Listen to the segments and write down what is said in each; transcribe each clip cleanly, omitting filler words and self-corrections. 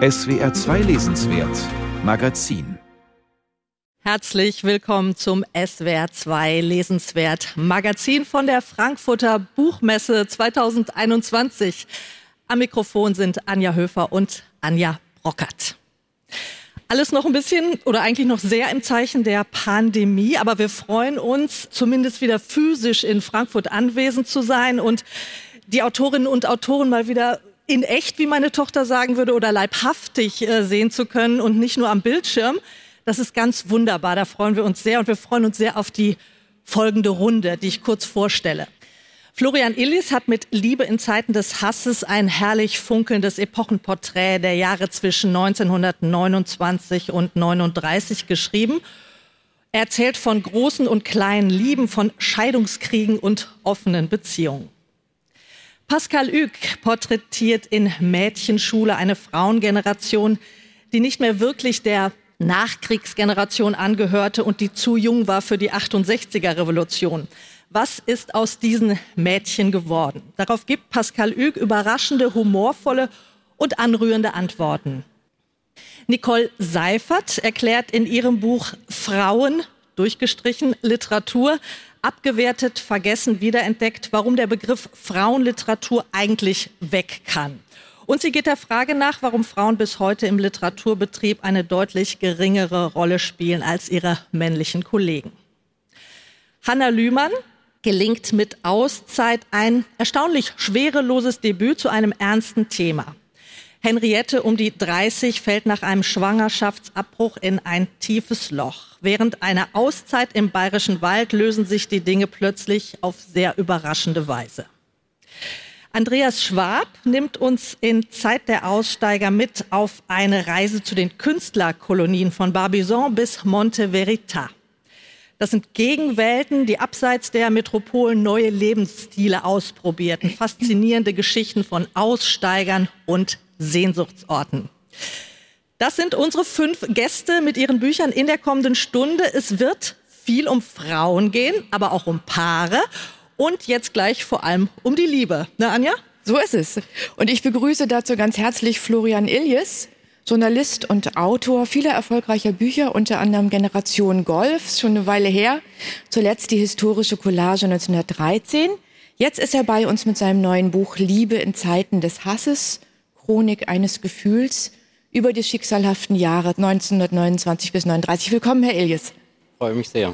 SWR 2 Lesenswert Magazin. Herzlich willkommen zum SWR 2 Lesenswert Magazin von der Frankfurter Buchmesse 2021. Am Mikrofon sind Anja Höfer und Anja Brockert. Alles noch ein bisschen oder eigentlich noch sehr im Zeichen der Pandemie, aber wir freuen uns, zumindest wieder physisch in Frankfurt anwesend zu sein und die Autorinnen und Autoren mal wieder in echt, wie meine Tochter sagen würde, oder leibhaftig sehen zu können und nicht nur am Bildschirm. Das ist ganz wunderbar, da freuen wir uns sehr und wir freuen uns sehr auf die folgende Runde, die ich kurz vorstelle. Florian Illies hat mit Liebe in Zeiten des Hasses ein herrlich funkelndes Epochenporträt der Jahre zwischen 1929 und 1939 geschrieben. Er erzählt von großen und kleinen Lieben, von Scheidungskriegen und offenen Beziehungen. Pascal Hugues porträtiert in Mädchenschule eine Frauengeneration, die nicht mehr wirklich der Nachkriegsgeneration angehörte und die zu jung war für die 68er-Revolution. Was ist aus diesen Mädchen geworden? Darauf gibt Pascal Hugues überraschende, humorvolle und anrührende Antworten. Nicole Seifert erklärt in ihrem Buch Frauen, durchgestrichen, Literatur, abgewertet, vergessen, wiederentdeckt, warum der Begriff Frauenliteratur eigentlich weg kann. Und sie geht der Frage nach, warum Frauen bis heute im Literaturbetrieb eine deutlich geringere Rolle spielen als ihre männlichen Kollegen. Hanna Lühmann gelingt mit Auszeit ein erstaunlich schwereloses Debüt zu einem ernsten Thema. Henriette um die 30 fällt nach einem Schwangerschaftsabbruch in ein tiefes Loch. Während einer Auszeit im Bayerischen Wald lösen sich die Dinge plötzlich auf sehr überraschende Weise. Andreas Schwab nimmt uns in Zeit der Aussteiger mit auf eine Reise zu den Künstlerkolonien von Barbizon bis Monte Verita. Das sind Gegenwelten, die abseits der Metropolen neue Lebensstile ausprobierten. Faszinierende Geschichten von Aussteigern und Sehnsuchtsorten. Das sind unsere 5 Gäste mit ihren Büchern in der kommenden Stunde. Es wird viel um Frauen gehen, aber auch um Paare. Und jetzt gleich vor allem um die Liebe. Ne, Anja? So ist es. Und ich begrüße dazu ganz herzlich Florian Illies, Journalist und Autor vieler erfolgreicher Bücher, unter anderem Generation Golf, schon eine Weile her. Zuletzt die historische Collage 1913. Jetzt ist er bei uns mit seinem neuen Buch Liebe in Zeiten des Hasses, Chronik eines Gefühls, über die schicksalhaften Jahre 1929 bis 1939. Willkommen, Herr Illies. Ich freue mich sehr.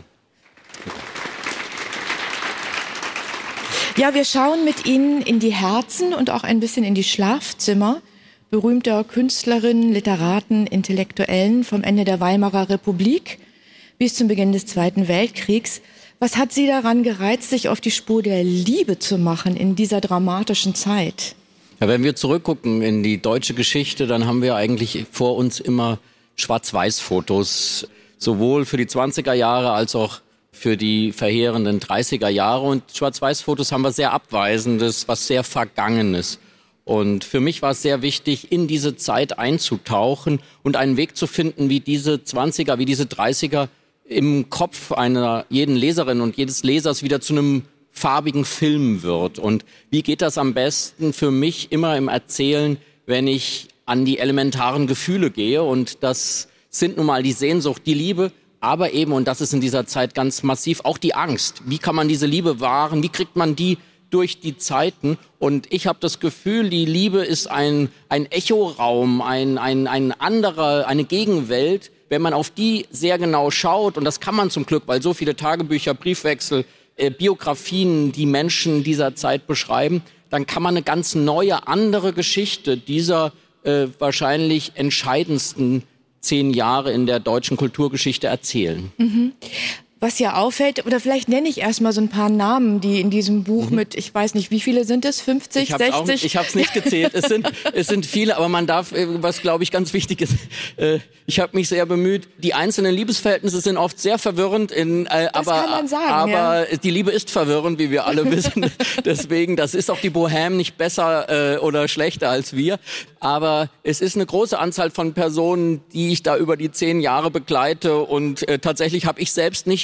Ja, wir schauen mit Ihnen in die Herzen und auch ein bisschen in die Schlafzimmer berühmter Künstlerinnen, Literaten, Intellektuellen vom Ende der Weimarer Republik bis zum Beginn des Zweiten Weltkriegs. Was hat Sie daran gereizt, sich auf die Spur der Liebe zu machen in dieser dramatischen Zeit? Ja, wenn wir zurückgucken in die deutsche Geschichte, dann haben wir eigentlich vor uns immer Schwarz-Weiß-Fotos, sowohl für die 20er Jahre als auch für die verheerenden 30er Jahre. Und Schwarz-Weiß-Fotos haben wir sehr Abweisendes, was sehr Vergangenes. Und für mich war es sehr wichtig, in diese Zeit einzutauchen und einen Weg zu finden, wie diese 20er, wie diese 30er im Kopf einer jeden Leserin und jedes Lesers wieder zu einem farbigen Film wird. Und wie geht das am besten für mich immer im Erzählen, wenn ich an die elementaren Gefühle gehe? Und das sind nun mal die Sehnsucht, die Liebe, aber eben, und das ist in dieser Zeit ganz massiv, auch die Angst. Wie kann man diese Liebe wahren? Wie kriegt man die durch die Zeiten? Und ich habe das Gefühl, die Liebe ist ein Echoraum, eine Gegenwelt, wenn man auf die sehr genau schaut. Und das kann man zum Glück, weil so viele Tagebücher, Briefwechsel, Biografien die Menschen dieser Zeit beschreiben, dann kann man eine ganz neue, andere Geschichte dieser wahrscheinlich entscheidendsten 10 Jahre in der deutschen Kulturgeschichte erzählen. Mhm. Was ja auffällt, oder vielleicht nenne ich erstmal so ein paar Namen, die in diesem Buch mit, ich weiß nicht, wie viele sind es, 50, 60? Ich habe es nicht gezählt, es sind viele, aber man darf, was glaube ich ganz wichtig ist, ich habe mich sehr bemüht, die einzelnen Liebesverhältnisse sind oft sehr verwirrend, aber die Liebe ist verwirrend, wie wir alle wissen, deswegen, das ist auch die Bohème nicht besser oder schlechter als wir, aber es ist eine große Anzahl von Personen, die ich da über die 10 Jahre begleite und tatsächlich habe ich selbst nicht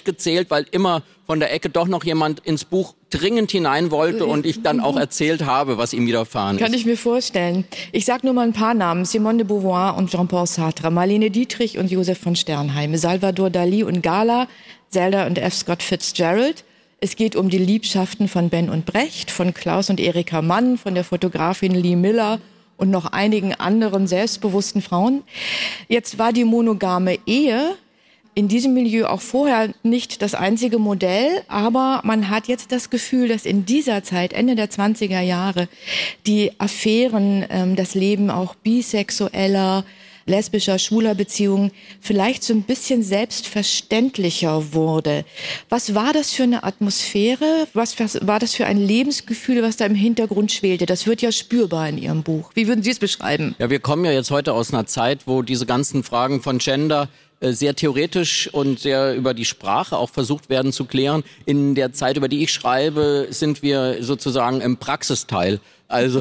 gezählt, weil immer von der Ecke doch noch jemand ins Buch dringend hinein wollte und ich dann auch erzählt habe, was ihm widerfahren ist. Kann ich mir vorstellen. Ich sage nur mal ein paar Namen. Simone de Beauvoir und Jean-Paul Sartre, Marlene Dietrich und Josef von Sternheim, Salvador Dalí und Gala, Zelda und F. Scott Fitzgerald. Es geht um die Liebschaften von Ben und Brecht, von Klaus und Erika Mann, von der Fotografin Lee Miller und noch einigen anderen selbstbewussten Frauen. Jetzt war die monogame Ehe in diesem Milieu auch vorher nicht das einzige Modell, aber man hat jetzt das Gefühl, dass in dieser Zeit, Ende der 20er Jahre, die Affären, das Leben auch bisexueller, lesbischer, schwuler Beziehungen vielleicht so ein bisschen selbstverständlicher wurde. Was war das für eine Atmosphäre? Was war das für ein Lebensgefühl, was da im Hintergrund schwelte? Das wird ja spürbar in Ihrem Buch. Wie würden Sie es beschreiben? Ja, wir kommen ja jetzt heute aus einer Zeit, wo diese ganzen Fragen von Gender sehr theoretisch und sehr über die Sprache auch versucht werden zu klären. In der Zeit, über die ich schreibe, sind wir sozusagen im Praxisteil. Also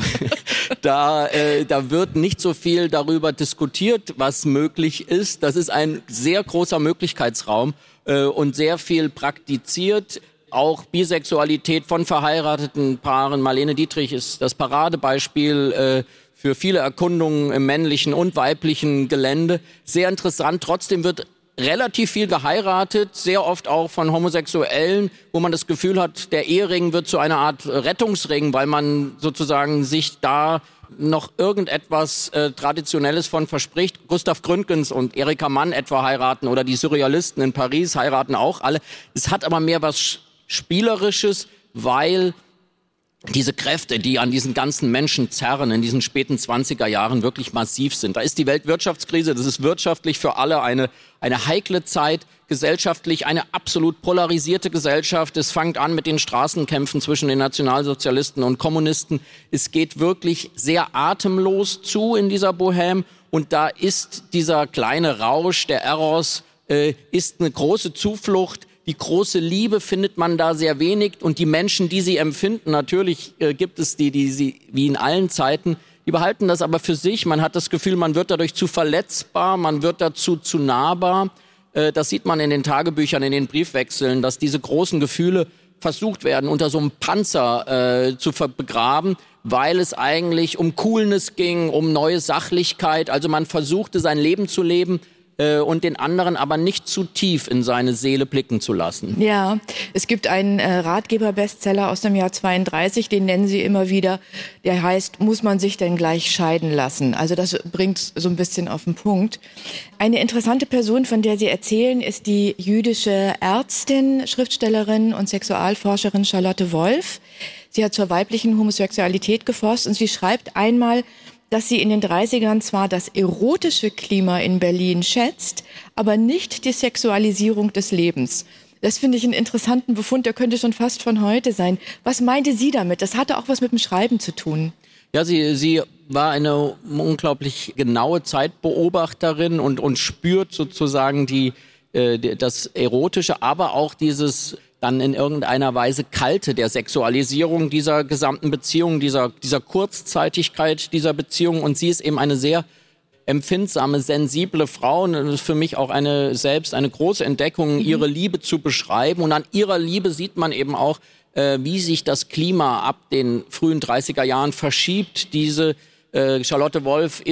da wird nicht so viel darüber diskutiert, was möglich ist. Das ist ein sehr großer Möglichkeitsraum und sehr viel praktiziert. Auch Bisexualität von verheirateten Paaren. Marlene Dietrich ist das Paradebeispiel für viele Erkundungen im männlichen und weiblichen Gelände. Sehr interessant. Trotzdem wird relativ viel geheiratet, sehr oft auch von Homosexuellen, wo man das Gefühl hat, der Ehering wird zu einer Art Rettungsring, weil man sozusagen sich da noch irgendetwas Traditionelles von verspricht. Gustav Gründgens und Erika Mann etwa heiraten oder die Surrealisten in Paris heiraten auch alle. Es hat aber mehr was Spielerisches, weil diese Kräfte, die an diesen ganzen Menschen zerren, in diesen späten 20er Jahren wirklich massiv sind. Da ist die Weltwirtschaftskrise, das ist wirtschaftlich für alle eine heikle Zeit, gesellschaftlich eine absolut polarisierte Gesellschaft. Es fängt an mit den Straßenkämpfen zwischen den Nationalsozialisten und Kommunisten. Es geht wirklich sehr atemlos zu in dieser Bohème und da ist dieser kleine Rausch, der Eros, ist eine große Zuflucht. Die große Liebe findet man da sehr wenig und die Menschen, die sie empfinden, natürlich gibt es die sie, wie in allen Zeiten, die behalten das aber für sich. Man hat das Gefühl, man wird dadurch zu verletzbar, man wird dazu zu nahbar. Das sieht man in den Tagebüchern, in den Briefwechseln, dass diese großen Gefühle versucht werden, unter so einem Panzer zu begraben, weil es eigentlich um Coolness ging, um neue Sachlichkeit. Also man versuchte, sein Leben zu leben, und den anderen aber nicht zu tief in seine Seele blicken zu lassen. Ja, es gibt einen Ratgeber-Bestseller aus dem Jahr 32, den nennen Sie immer wieder, der heißt, muss man sich denn gleich scheiden lassen? Also das bringt so ein bisschen auf den Punkt. Eine interessante Person, von der Sie erzählen, ist die jüdische Ärztin, Schriftstellerin und Sexualforscherin Charlotte Wolf. Sie hat zur weiblichen Homosexualität geforscht und sie schreibt einmal, dass sie in den 30ern zwar das erotische Klima in Berlin schätzt, aber nicht die Sexualisierung des Lebens. Das finde ich einen interessanten Befund, der könnte schon fast von heute sein. Was meinte sie damit? Das hatte auch was mit dem Schreiben zu tun. Ja, sie war eine unglaublich genaue Zeitbeobachterin und spürt sozusagen das Erotische, aber auch dieses dann in irgendeiner Weise Kalte der Sexualisierung dieser gesamten Beziehung, dieser Kurzzeitigkeit dieser Beziehung. Und sie ist eben eine sehr empfindsame, sensible Frau. Und das ist für mich auch eine große Entdeckung, ihre Liebe zu beschreiben. Und an ihrer Liebe sieht man eben auch, wie sich das Klima ab den frühen 30er Jahren verschiebt. Diese Charlotte Wolf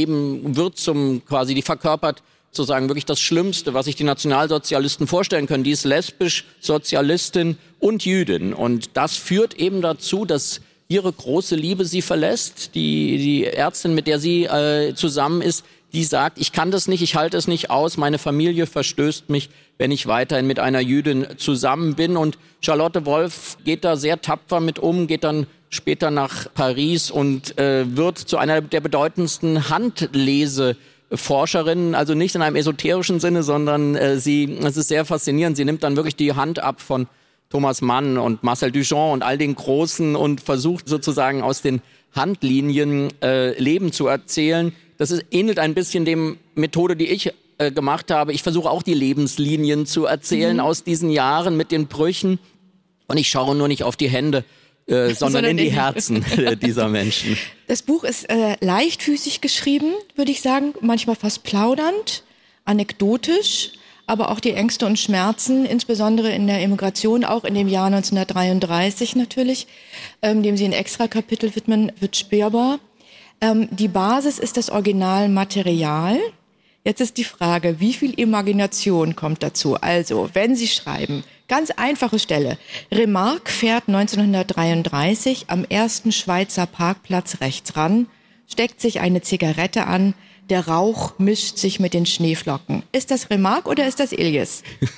die verkörpert sozusagen wirklich das Schlimmste, was sich die Nationalsozialisten vorstellen können. Die ist lesbisch, Sozialistin und Jüdin. Und das führt eben dazu, dass ihre große Liebe sie verlässt. Die Ärztin, mit der sie zusammen ist, die sagt, ich kann das nicht, ich halte es nicht aus, meine Familie verstößt mich, wenn ich weiterhin mit einer Jüdin zusammen bin. Und Charlotte Wolf geht da sehr tapfer mit um, geht dann später nach Paris und wird zu einer der bedeutendsten Handleseforscherinnen, also nicht in einem esoterischen Sinne, sondern es ist sehr faszinierend. Sie nimmt dann wirklich die Hand ab von Thomas Mann und Marcel Duchamp und all den Großen und versucht sozusagen aus den Handlinien Leben zu erzählen. Das ähnelt ein bisschen dem Methode, die ich gemacht habe. Ich versuche auch die Lebenslinien zu erzählen aus diesen Jahren mit den Brüchen. Und ich schaue nur nicht auf die Hände, sondern in die Herzen dieser Menschen. Das Buch ist leichtfüßig geschrieben, würde ich sagen, manchmal fast plaudernd, anekdotisch, aber auch die Ängste und Schmerzen, insbesondere in der Emigration, auch in dem Jahr 1933 natürlich, dem sie ein Extrakapitel widmen, wird spürbar. Die Basis ist das Originalmaterial. Jetzt ist die Frage, wie viel Imagination kommt dazu? Also, wenn Sie schreiben, ganz einfache Stelle. Remarque fährt 1933 am ersten Schweizer Parkplatz rechts ran, steckt sich eine Zigarette an, der Rauch mischt sich mit den Schneeflocken. Ist das Remarque oder ist das Iljes?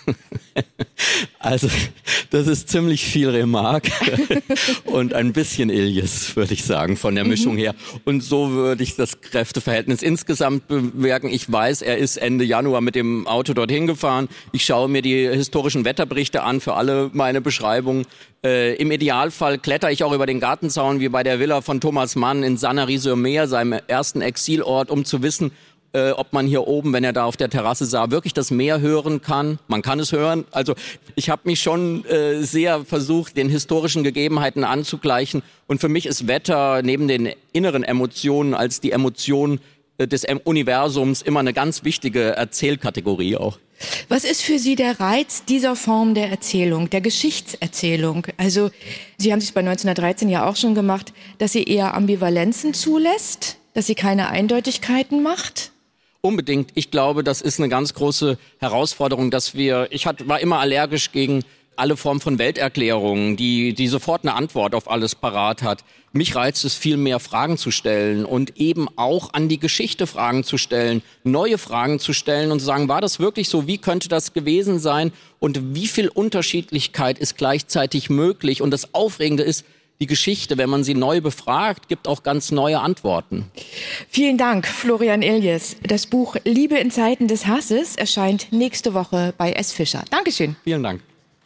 Also, das ist ziemlich viel Remarque und ein bisschen Iljes, würde ich sagen, von der Mischung her. Und so würde ich das Kräfteverhältnis insgesamt bewerten. Ich weiß, er ist Ende Januar mit dem Auto dorthin gefahren. Ich schaue mir die historischen Wetterberichte an für alle meine Beschreibungen. Im Idealfall kletter ich auch über den Gartenzaun, wie bei der Villa von Thomas Mann in Sanary-sur-Mer, seinem ersten Exilort, um zu wissen, ob man hier oben, wenn er da auf der Terrasse sah, wirklich das Meer hören kann. Man kann es hören. Also ich habe mich schon sehr versucht, den historischen Gegebenheiten anzugleichen. Und für mich ist Wetter neben den inneren Emotionen als die Emotion des Universums immer eine ganz wichtige Erzählkategorie auch. Was ist für Sie der Reiz dieser Form der Erzählung, der Geschichtserzählung? Also Sie haben es bei 1913 ja auch schon gemacht, dass sie eher Ambivalenzen zulässt, dass sie keine Eindeutigkeiten macht? Unbedingt. Ich glaube, das ist eine ganz große Herausforderung, war immer allergisch gegen alle Formen von Welterklärungen, die sofort eine Antwort auf alles parat hat. Mich reizt es viel mehr, Fragen zu stellen und eben auch an die Geschichte Fragen zu stellen, neue Fragen zu stellen und zu sagen, war das wirklich so? Wie könnte das gewesen sein? Und wie viel Unterschiedlichkeit ist gleichzeitig möglich? Und das Aufregende ist, die Geschichte, wenn man sie neu befragt, gibt auch ganz neue Antworten. Vielen Dank, Florian Iljes. Das Buch Liebe in Zeiten des Hasses erscheint nächste Woche bei S. Fischer. Dankeschön. Vielen Dank.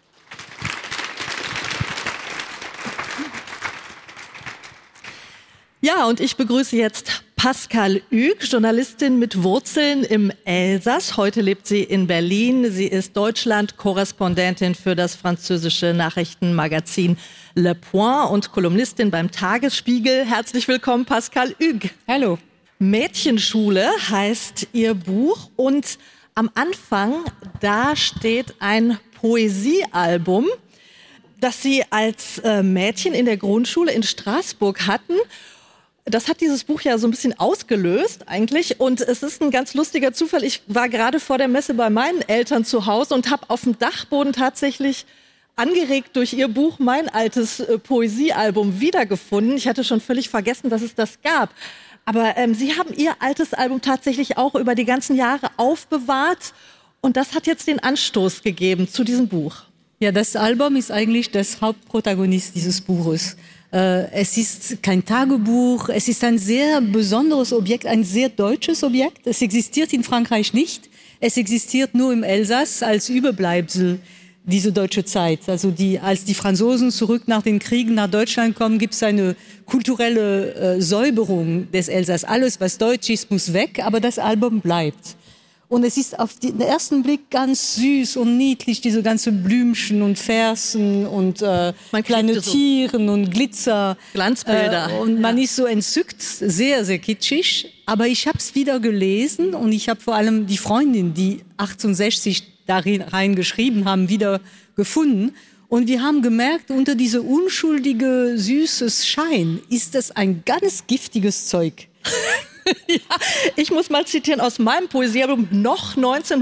Ja, und ich begrüße jetzt Pascale Hugues, Journalistin mit Wurzeln im Elsass. Heute lebt sie in Berlin. Sie ist Deutschland-Korrespondentin für das französische Nachrichtenmagazin Le Point und Kolumnistin beim Tagesspiegel. Herzlich willkommen, Pascale Hugues. Hallo. Mädchenschule heißt ihr Buch und am Anfang, da steht ein Poesiealbum, das Sie als Mädchen in der Grundschule in Straßburg hatten. Das hat dieses Buch ja so ein bisschen ausgelöst eigentlich und es ist ein ganz lustiger Zufall. Ich war gerade vor der Messe bei meinen Eltern zu Hause und habe auf dem Dachboden tatsächlich angeregt durch ihr Buch mein altes Poesiealbum wiedergefunden. Ich hatte schon völlig vergessen, dass es das gab. Aber Sie haben Ihr altes Album tatsächlich auch über die ganzen Jahre aufbewahrt und das hat jetzt den Anstoß gegeben zu diesem Buch. Ja, das Album ist eigentlich das Hauptprotagonist dieses Buches. Es ist kein Tagebuch, es ist ein sehr besonderes Objekt, ein sehr deutsches Objekt. Es existiert in Frankreich nicht, es existiert nur im Elsass als Überbleibsel diese deutsche Zeit. Also als die Franzosen zurück nach den Kriegen nach Deutschland kommen, gibt es eine kulturelle Säuberung des Elsass. Alles, was deutsch ist, muss weg, aber das Album bleibt. Und es ist auf den ersten Blick ganz süß und niedlich, diese ganzen Blümchen und Fersen und kleine Tieren und Glitzer. Glanzbilder. Und man ist so entzückt, sehr, sehr kitschig. Aber ich habe es wieder gelesen und ich habe vor allem die Freundin, die 1860 darin reingeschrieben haben, wieder gefunden. Und wir haben gemerkt, unter diese unschuldige, süßes Schein ist das ein ganz giftiges Zeug. Ja, ich muss mal zitieren aus meinem Poesiealbum, noch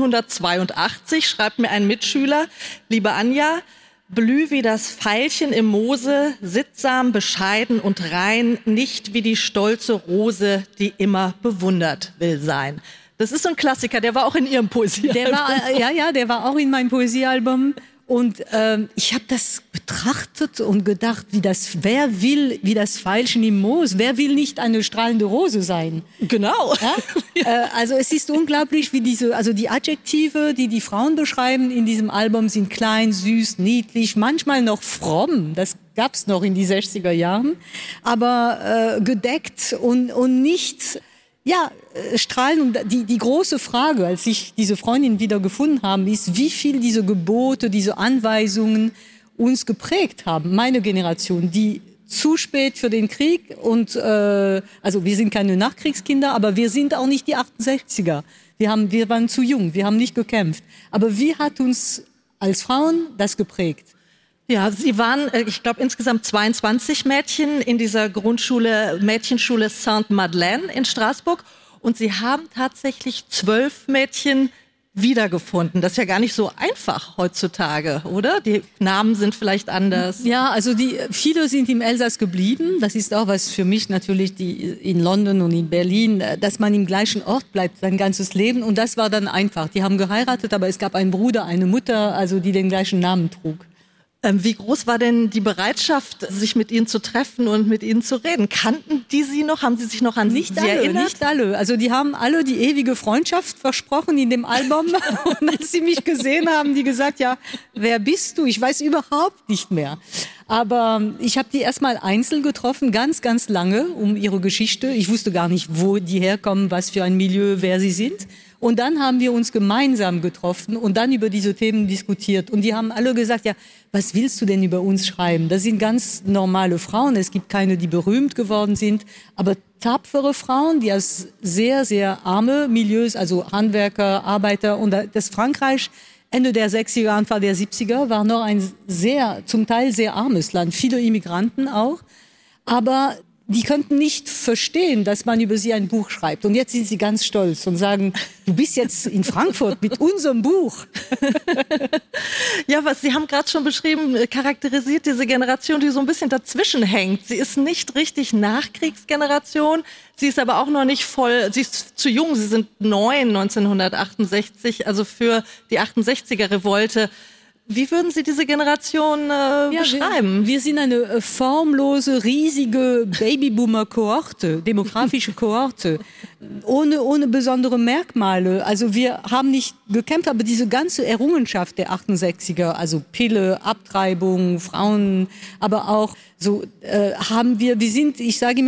1982, schreibt mir ein Mitschüler, liebe Anja, blüh wie das Veilchen im Moose, sittsam, bescheiden und rein, nicht wie die stolze Rose, die immer bewundert will sein. Das ist so ein Klassiker, der war auch in Ihrem Poesiealbum. Der war auch in meinem Poesiealbum. Und ich habe das betrachtet und gedacht, wer will wie das Veilchen im Moos? Wer will nicht eine strahlende Rose sein? Genau. Ja? Also es ist unglaublich, wie die Adjektive, die die Frauen beschreiben in diesem Album, sind klein, süß, niedlich, manchmal noch fromm. Das gab's noch in die 60er Jahren. Aber gedeckt und nicht... Ja, strahlen. Und die große Frage, als ich diese Freundin wieder gefunden habe, ist, wie viel diese Gebote, diese Anweisungen uns geprägt haben. Meine Generation, die zu spät für den Krieg und also wir sind keine Nachkriegskinder, aber wir sind auch nicht die 68er. Wir waren zu jung, wir haben nicht gekämpft. Aber wie hat uns als Frauen das geprägt? Ja, Sie waren, ich glaube, insgesamt 22 Mädchen in dieser Mädchenschule Sainte-Madeleine in Straßburg. Und Sie haben tatsächlich 12 Mädchen wiedergefunden. Das ist ja gar nicht so einfach heutzutage, oder? Die Namen sind vielleicht anders. Ja, also viele sind im Elsass geblieben. Das ist auch was für mich natürlich in London und in Berlin, dass man im gleichen Ort bleibt sein ganzes Leben. Und das war dann einfach. Die haben geheiratet, aber es gab einen Bruder, eine Mutter, also die den gleichen Namen trug. Wie groß war denn die Bereitschaft, sich mit Ihnen zu treffen und mit Ihnen zu reden? Kannten die Sie noch? Haben Sie sich noch an sie erinnert? Nicht alle. Also die haben alle die ewige Freundschaft versprochen in dem Album. Und als sie mich gesehen haben, die gesagt, ja, wer bist du? Ich weiß überhaupt nicht mehr. Aber ich habe die erstmal einzeln getroffen, ganz, ganz lange, um ihre Geschichte. Ich wusste gar nicht, wo die herkommen, was für ein Milieu, wer sie sind. Und dann haben wir uns gemeinsam getroffen und dann über diese Themen diskutiert. Und die haben alle gesagt, ja, was willst du denn über uns schreiben? Das sind ganz normale Frauen. Es gibt keine, die berühmt geworden sind, aber tapfere Frauen, die aus sehr, sehr arme Milieus, also Handwerker, Arbeiter und das Frankreich Ende der 60er, Anfang der 70er war noch ein zum Teil sehr armes Land. Viele Immigranten auch. Aber die könnten nicht verstehen, dass man über sie ein Buch schreibt. Und jetzt sind sie ganz stolz und sagen, du bist jetzt in Frankfurt mit unserem Buch. Ja, was Sie haben gerade schon beschrieben, charakterisiert diese Generation, die so ein bisschen dazwischen hängt. Sie ist nicht richtig Nachkriegsgeneration, sie ist aber auch noch nicht voll, sie ist zu jung, sie sind 9, 1968, also für die 68er-Revolte. Wie würden Sie diese Generation beschreiben? Wir sind eine formlose, riesige Babyboomer-Kohorte, demografische Kohorte, ohne besondere Merkmale. Also wir haben nicht gekämpft, aber diese ganze Errungenschaft der 68er, also Pille, Abtreibung, Frauen, aber auch so wir sind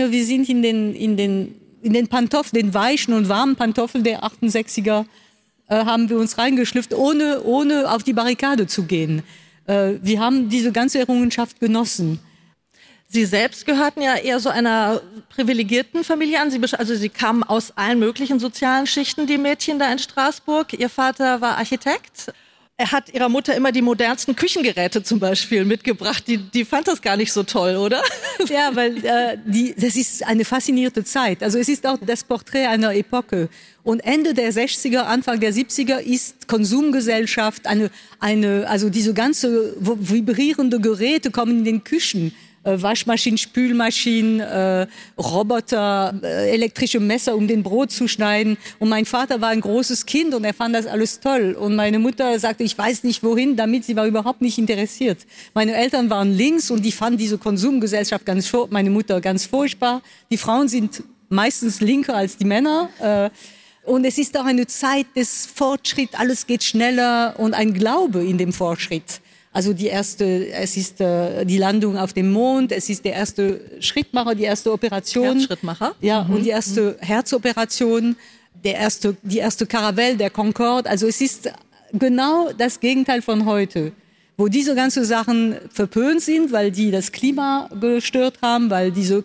in den Pantoffeln, den weichen und warmen Pantoffeln der 68er, haben wir uns reingeschlüpft, ohne auf die Barrikade zu gehen. Wir haben diese ganze Errungenschaft genossen. Sie selbst gehörten ja eher so einer privilegierten Familie an. Sie kamen aus allen möglichen sozialen Schichten, die Mädchen da in Straßburg. Ihr Vater war Architekt. Er hat ihrer Mutter immer die modernsten Küchengeräte zum Beispiel mitgebracht. Die fand das gar nicht so toll, oder? Ja, weil das ist eine faszinierte Zeit. Also es ist auch das Porträt einer Epoche. Und Ende der 60er, Anfang der 70er ist Konsumgesellschaft, also diese ganze vibrierende Geräte kommen in den Küchen. Waschmaschinen, Spülmaschinen, Roboter, elektrische Messer, um den Brot zu schneiden. Und mein Vater war ein großes Kind und er fand das alles toll. Und meine Mutter sagte, ich weiß nicht wohin, damit sie war überhaupt nicht interessiert. Meine Eltern waren links und die fanden diese Konsumgesellschaft meine Mutter ganz furchtbar. Die Frauen sind meistens linker als die Männer. Und es ist auch eine Zeit des Fortschritts, alles geht schneller und ein Glaube in dem Fortschritt. Also es ist die Landung auf dem Mond, es ist der erste Schrittmacher, die erste Operation. Herzschrittmacher? Ja, und die erste Herzoperation, die erste Caravelle, der Concorde. Also es ist genau das Gegenteil von heute, wo diese ganzen Sachen verpönt sind, weil die das Klima gestört haben, weil diese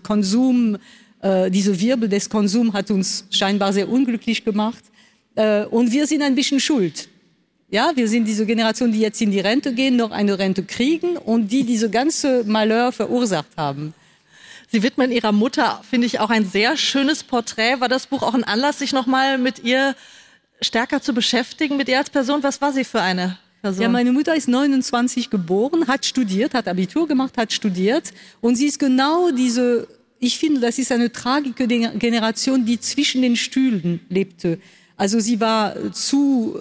Wirbel des Konsums hat uns scheinbar sehr unglücklich gemacht. Und wir sind ein bisschen schuld. Ja, wir sind diese Generation, die jetzt in die Rente gehen, noch eine Rente kriegen und die diese ganze Malheur verursacht haben. Sie widmen Ihrer Mutter, finde ich, auch ein sehr schönes Porträt. War das Buch auch ein Anlass, sich nochmal mit ihr stärker zu beschäftigen, mit ihr als Person? Was war sie für eine Person? Ja, meine Mutter ist 29 geboren, hat studiert, hat Abitur gemacht, hat studiert. Und sie ist genau ich finde, das ist eine tragische Generation, die zwischen den Stühlen lebte. Also sie war zu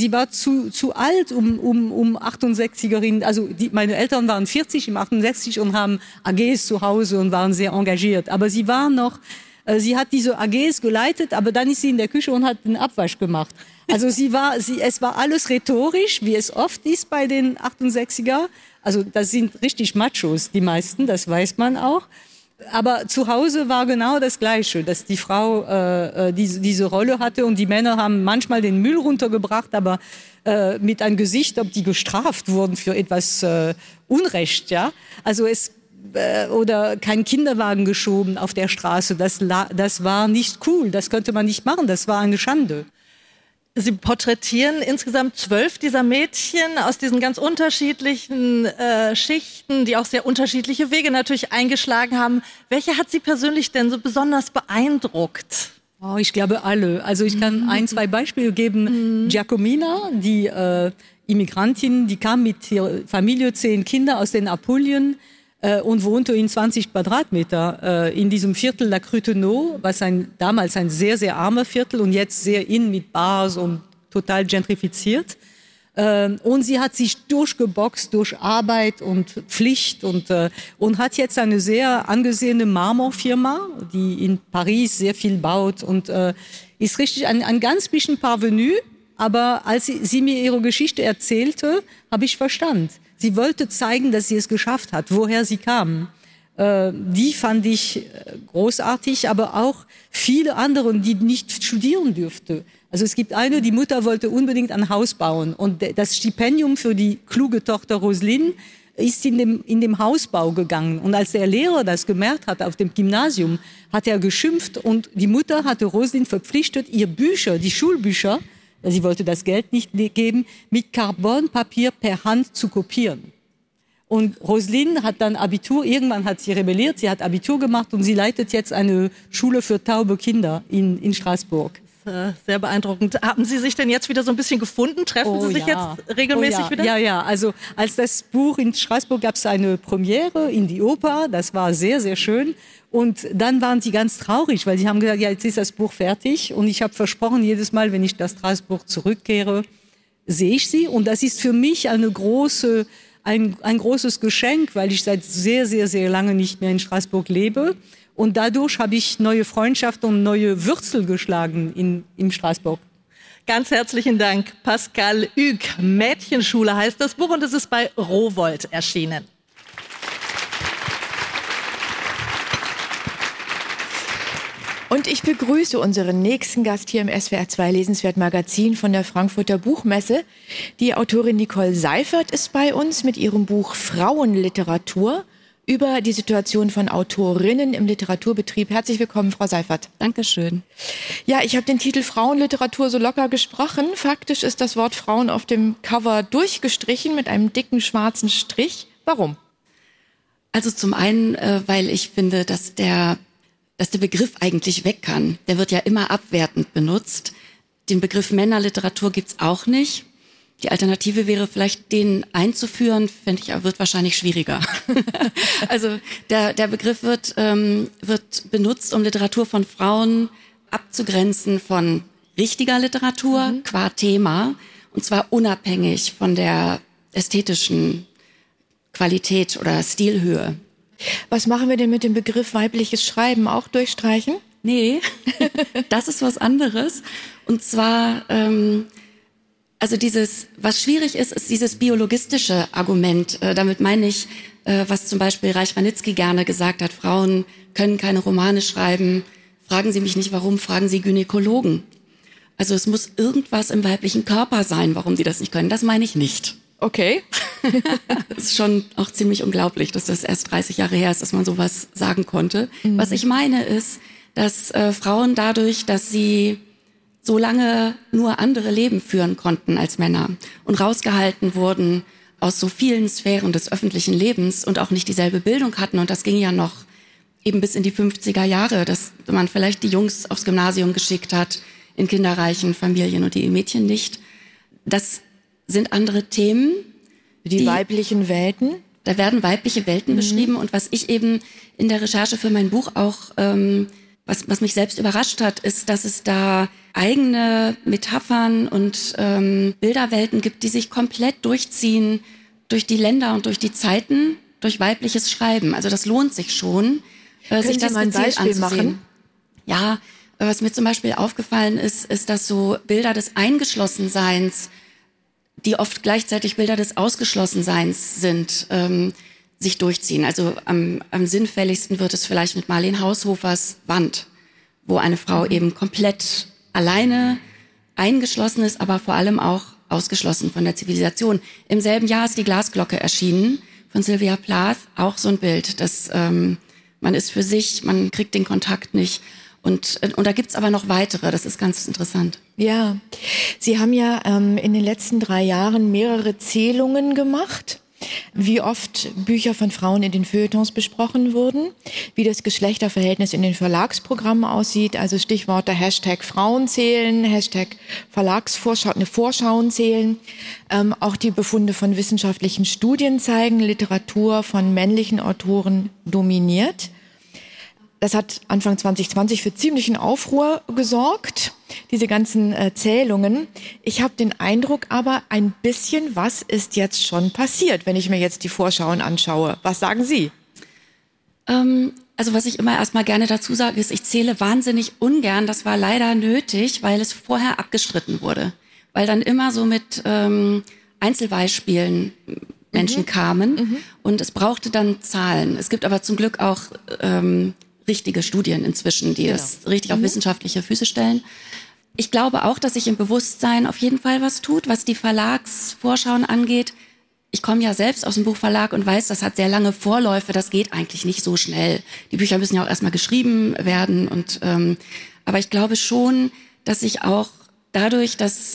alt, um 68erin, also meine Eltern waren 40 im 68 und haben AGs zu Hause und waren sehr engagiert. Aber sie hat diese AGs geleitet, aber dann ist sie in der Küche und hat den Abwasch gemacht. Also es war alles rhetorisch, wie es oft ist bei den 68er. Also das sind richtig Machos, die meisten, das weiß man auch. Aber zu Hause war genau das Gleiche, dass die Frau diese Rolle hatte und die Männer haben manchmal den Müll runtergebracht, aber mit einem Gesicht, ob die gestraft wurden für etwas Unrecht. Ja? Also oder kein Kinderwagen geschoben auf der Straße. Das war nicht cool, das könnte man nicht machen, das war eine Schande. Sie porträtieren insgesamt 12 dieser Mädchen aus diesen ganz unterschiedlichen Schichten, die auch sehr unterschiedliche Wege natürlich eingeschlagen haben. Welche hat Sie persönlich denn so besonders beeindruckt? Oh, ich glaube alle. Also ich kann 1, 2 Beispiele geben. Giacomina, die Immigrantin, die kam mit ihrer Familie, 10 Kinder aus den Apulien und wohnte in 20 Quadratmeter in diesem Viertel La Crutenot, was damals ein sehr, sehr armer Viertel und jetzt sehr mit Bars und total gentrifiziert. Und sie hat sich durchgeboxt durch Arbeit und Pflicht und hat jetzt eine sehr angesehene Marmorfirma, die in Paris sehr viel baut und ist richtig ein ganz bisschen Parvenu. Aber als sie mir ihre Geschichte erzählte, habe ich verstanden. Sie wollte zeigen, dass sie es geschafft hat, woher sie kam. Die fand ich großartig, aber auch viele andere, die nicht studieren dürften. Also es gibt eine, die Mutter wollte unbedingt ein Haus bauen und das Stipendium für die kluge Tochter Roselyne ist in dem Hausbau gegangen. Und als der Lehrer das gemerkt hat auf dem Gymnasium, hat er geschimpft und die Mutter hatte Roselyne verpflichtet, ihr Bücher, die Schulbücher, sie wollte das Geld nicht geben, mit Carbonpapier per Hand zu kopieren. Und Roselyne hat dann Abitur, irgendwann hat sie rebelliert, sie hat Abitur gemacht und sie leitet jetzt eine Schule für taube Kinder in Straßburg. Sehr beeindruckend. Haben Sie sich denn jetzt wieder so ein bisschen gefunden? Treffen Sie sich jetzt regelmäßig wieder? Ja. Also als das Buch in Straßburg gab es eine Premiere in die Oper. Das war sehr, sehr schön. Und dann waren die ganz traurig, weil sie haben gesagt, ja, jetzt ist das Buch fertig. Und ich habe versprochen, jedes Mal, wenn ich nach Straßburg zurückkehre, sehe ich sie. Und das ist für mich ein großes Geschenk, weil ich seit sehr, sehr, sehr lange nicht mehr in Straßburg lebe. Und dadurch habe ich neue Freundschaften und neue Wurzeln geschlagen in Straßburg. Ganz herzlichen Dank, Pascal Hugues. Mädchenschule heißt das Buch und es ist bei Rowohlt erschienen. Und ich begrüße unseren nächsten Gast hier im SWR2 Lesenswert Magazin von der Frankfurter Buchmesse. Die Autorin Nicole Seifert ist bei uns mit ihrem Buch Frauenliteratur über die Situation von Autorinnen im Literaturbetrieb. Herzlich willkommen, Frau Seifert. Dankeschön. Ja, ich habe den Titel Frauenliteratur so locker gesprochen. Faktisch ist das Wort Frauen auf dem Cover durchgestrichen mit einem dicken schwarzen Strich. Warum? Also zum einen, weil ich finde, dass der Begriff eigentlich weg kann. Der wird ja immer abwertend benutzt. Den Begriff Männerliteratur gibt's auch nicht. Die Alternative wäre vielleicht, den einzuführen, fände ich, aber wird wahrscheinlich schwieriger. Also der Begriff wird benutzt, um Literatur von Frauen abzugrenzen von richtiger Literatur qua Thema, und zwar unabhängig von der ästhetischen Qualität oder Stilhöhe. Was machen wir denn mit dem Begriff weibliches Schreiben? Auch durchstreichen? Nee, das ist was anderes. Und zwar, also was schwierig ist, ist dieses biologistische Argument. Damit meine ich, was zum Beispiel Reich-Ranitzky gerne gesagt hat, Frauen können keine Romane schreiben. Fragen Sie mich nicht, warum, fragen Sie Gynäkologen. Also es muss irgendwas im weiblichen Körper sein, warum die das nicht können. Das meine ich nicht. Okay. Das ist schon auch ziemlich unglaublich, dass das erst 30 Jahre her ist, dass man sowas sagen konnte. Was ich meine ist, dass Frauen dadurch, dass sie so lange nur andere Leben führen konnten als Männer und rausgehalten wurden aus so vielen Sphären des öffentlichen Lebens und auch nicht dieselbe Bildung hatten. Und das ging ja noch eben bis in die 50er Jahre, dass man vielleicht die Jungs aufs Gymnasium geschickt hat, in kinderreichen Familien und die Mädchen nicht. Das sind andere Themen. Die weiblichen Welten? Da werden weibliche Welten beschrieben. Und was ich eben in der Recherche für mein Buch auch, was mich selbst überrascht hat, ist, dass es da eigene Metaphern und Bilderwelten gibt, die sich komplett durchziehen durch die Länder und durch die Zeiten, durch weibliches Schreiben. Also das lohnt sich schon, sich das mal ein Beispiel anzusehen. machen? Ja, was mir zum Beispiel aufgefallen ist, dass so Bilder des Eingeschlossenseins, die oft gleichzeitig Bilder des Ausgeschlossenseins sind, sich durchziehen. Also am sinnfälligsten wird es vielleicht mit Marlene Haushofers Wand, wo eine Frau eben komplett alleine eingeschlossen ist, aber vor allem auch ausgeschlossen von der Zivilisation. Im selben Jahr ist die Glasglocke erschienen von Sylvia Plath auch so ein Bild, dass man ist für sich, man kriegt den Kontakt nicht. Und da gibt's aber noch weitere, das ist ganz interessant. Ja, Sie haben ja in den letzten 3 Jahren mehrere Zählungen gemacht, wie oft Bücher von Frauen in den Feuilletons besprochen wurden, wie das Geschlechterverhältnis in den Verlagsprogrammen aussieht, also Stichworte Hashtag Frauenzählen, Hashtag Verlagsvorschau, Vorschauen zählen. Auch die Befunde von wissenschaftlichen Studien zeigen, Literatur von männlichen Autoren dominiert. Das hat Anfang 2020 für ziemlichen Aufruhr gesorgt, diese ganzen Zählungen. Ich habe den Eindruck, aber ein bisschen was ist jetzt schon passiert, wenn ich mir jetzt die Vorschauen anschaue. Was sagen Sie? Also was ich immer erstmal gerne dazu sage, ist, ich zähle wahnsinnig ungern. Das war leider nötig, weil es vorher abgestritten wurde. Weil dann immer so mit Einzelbeispielen Menschen kamen und es brauchte dann Zahlen. Es gibt aber zum Glück auch richtige Studien inzwischen, die es richtig auf wissenschaftliche Füße stellen. Ich glaube auch, dass sich im Bewusstsein auf jeden Fall was tut, was die Verlagsvorschauen angeht. Ich komme ja selbst aus dem Buchverlag und weiß, das hat sehr lange Vorläufe, das geht eigentlich nicht so schnell. Die Bücher müssen ja auch erstmal geschrieben werden. Aber ich glaube schon, dass sich auch dadurch, dass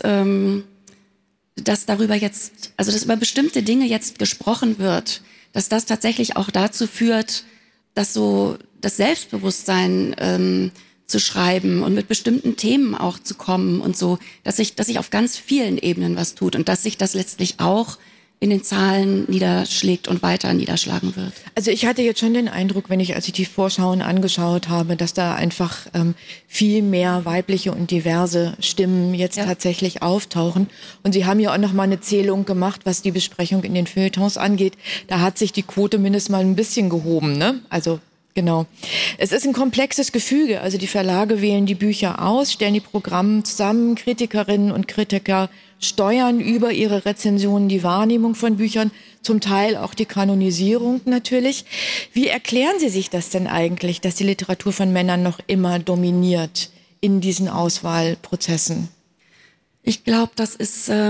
darüber jetzt, also dass über bestimmte Dinge jetzt gesprochen wird, dass das tatsächlich auch dazu führt, dass so das Selbstbewusstsein zu schreiben und mit bestimmten Themen auch zu kommen und so, dass sich auf ganz vielen Ebenen was tut und dass sich das letztlich auch in den Zahlen niederschlägt und weiter niederschlagen wird. Also ich hatte jetzt schon den Eindruck, als ich die Vorschauen angeschaut habe, dass da einfach viel mehr weibliche und diverse Stimmen jetzt tatsächlich auftauchen. Und Sie haben ja auch noch mal eine Zählung gemacht, was die Besprechung in den Feuilletons angeht. Da hat sich die Quote mindestens mal ein bisschen gehoben, ne? Also genau. Es ist ein komplexes Gefüge. Also die Verlage wählen die Bücher aus, stellen die Programme zusammen, Kritikerinnen und Kritiker steuern über ihre Rezensionen die Wahrnehmung von Büchern, zum Teil auch die Kanonisierung natürlich. Wie erklären Sie sich das denn eigentlich, dass die Literatur von Männern noch immer dominiert in diesen Auswahlprozessen? Ich glaube, das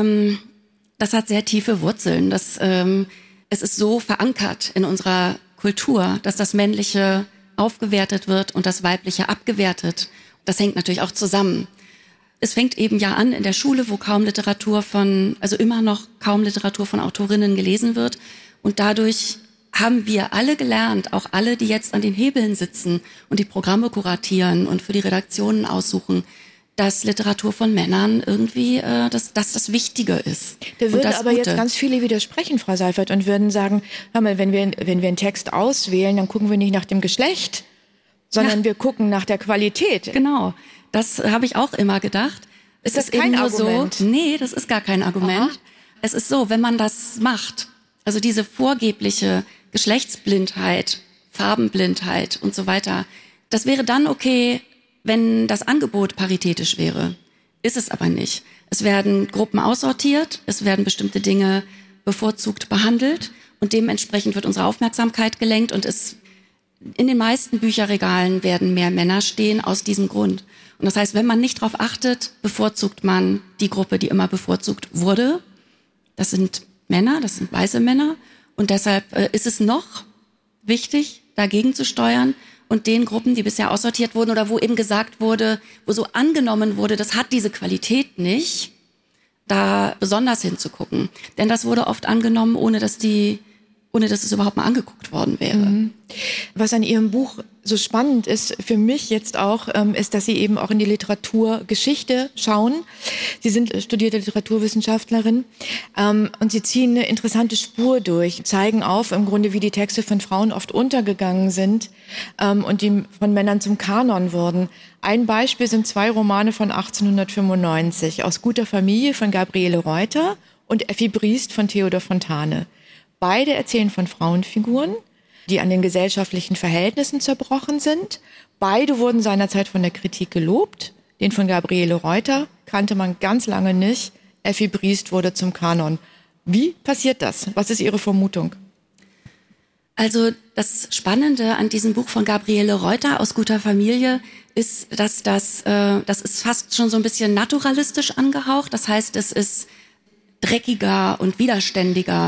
hat sehr tiefe Wurzeln. Es ist so verankert in unserer Kultur, dass das Männliche aufgewertet wird und das Weibliche abgewertet. Das hängt natürlich auch zusammen. Es fängt eben ja an in der Schule, wo immer noch kaum Literatur von Autorinnen gelesen wird. Und dadurch haben wir alle gelernt, auch alle, die jetzt an den Hebeln sitzen und die Programme kuratieren und für die Redaktionen aussuchen, dass Literatur von Männern irgendwie dass das Wichtige ist. Da würden aber Gute. Jetzt ganz viele widersprechen, Frau Seifert, und würden sagen, hör mal, wenn wir einen Text auswählen, dann gucken wir nicht nach dem Geschlecht, sondern wir gucken nach der Qualität. Genau, das habe ich auch immer gedacht. Ist das kein Argument? So, nee, das ist gar kein Argument. Aha. Es ist so, wenn man das macht, also diese vorgebliche Geschlechtsblindheit, Farbenblindheit und so weiter, das wäre dann okay, wenn das Angebot paritätisch wäre. Ist es aber nicht. Es werden Gruppen aussortiert, es werden bestimmte Dinge bevorzugt behandelt und dementsprechend wird unsere Aufmerksamkeit gelenkt und in den meisten Bücherregalen werden mehr Männer stehen aus diesem Grund. Und das heißt, wenn man nicht darauf achtet, bevorzugt man die Gruppe, die immer bevorzugt wurde. Das sind Männer, das sind weiße Männer. Und deshalb ist es noch wichtig, dagegen zu steuern und den Gruppen, die bisher aussortiert wurden oder wo eben gesagt wurde, wo so angenommen wurde, das hat diese Qualität nicht, da besonders hinzugucken. Denn das wurde oft angenommen, ohne dass es überhaupt mal angeguckt worden wäre. Was an Ihrem Buch so spannend ist, für mich jetzt auch, ist, dass Sie eben auch in die Literaturgeschichte schauen. Sie sind studierte Literaturwissenschaftlerin und Sie ziehen eine interessante Spur durch, zeigen auf im Grunde, wie die Texte von Frauen oft untergegangen sind und die von Männern zum Kanon wurden. Ein Beispiel sind 2 Romane von 1895, Aus guter Familie von Gabriele Reuter und Effi Briest von Theodor Fontane. Beide erzählen von Frauenfiguren, die an den gesellschaftlichen Verhältnissen zerbrochen sind. Beide wurden seinerzeit von der Kritik gelobt. Den von Gabriele Reuter kannte man ganz lange nicht. Effi Briest wurde zum Kanon. Wie passiert das? Was ist Ihre Vermutung? Also das Spannende an diesem Buch von Gabriele Reuter, Aus guter Familie, ist, dass das ist fast schon so ein bisschen naturalistisch angehaucht. Das heißt, es ist dreckiger und widerständiger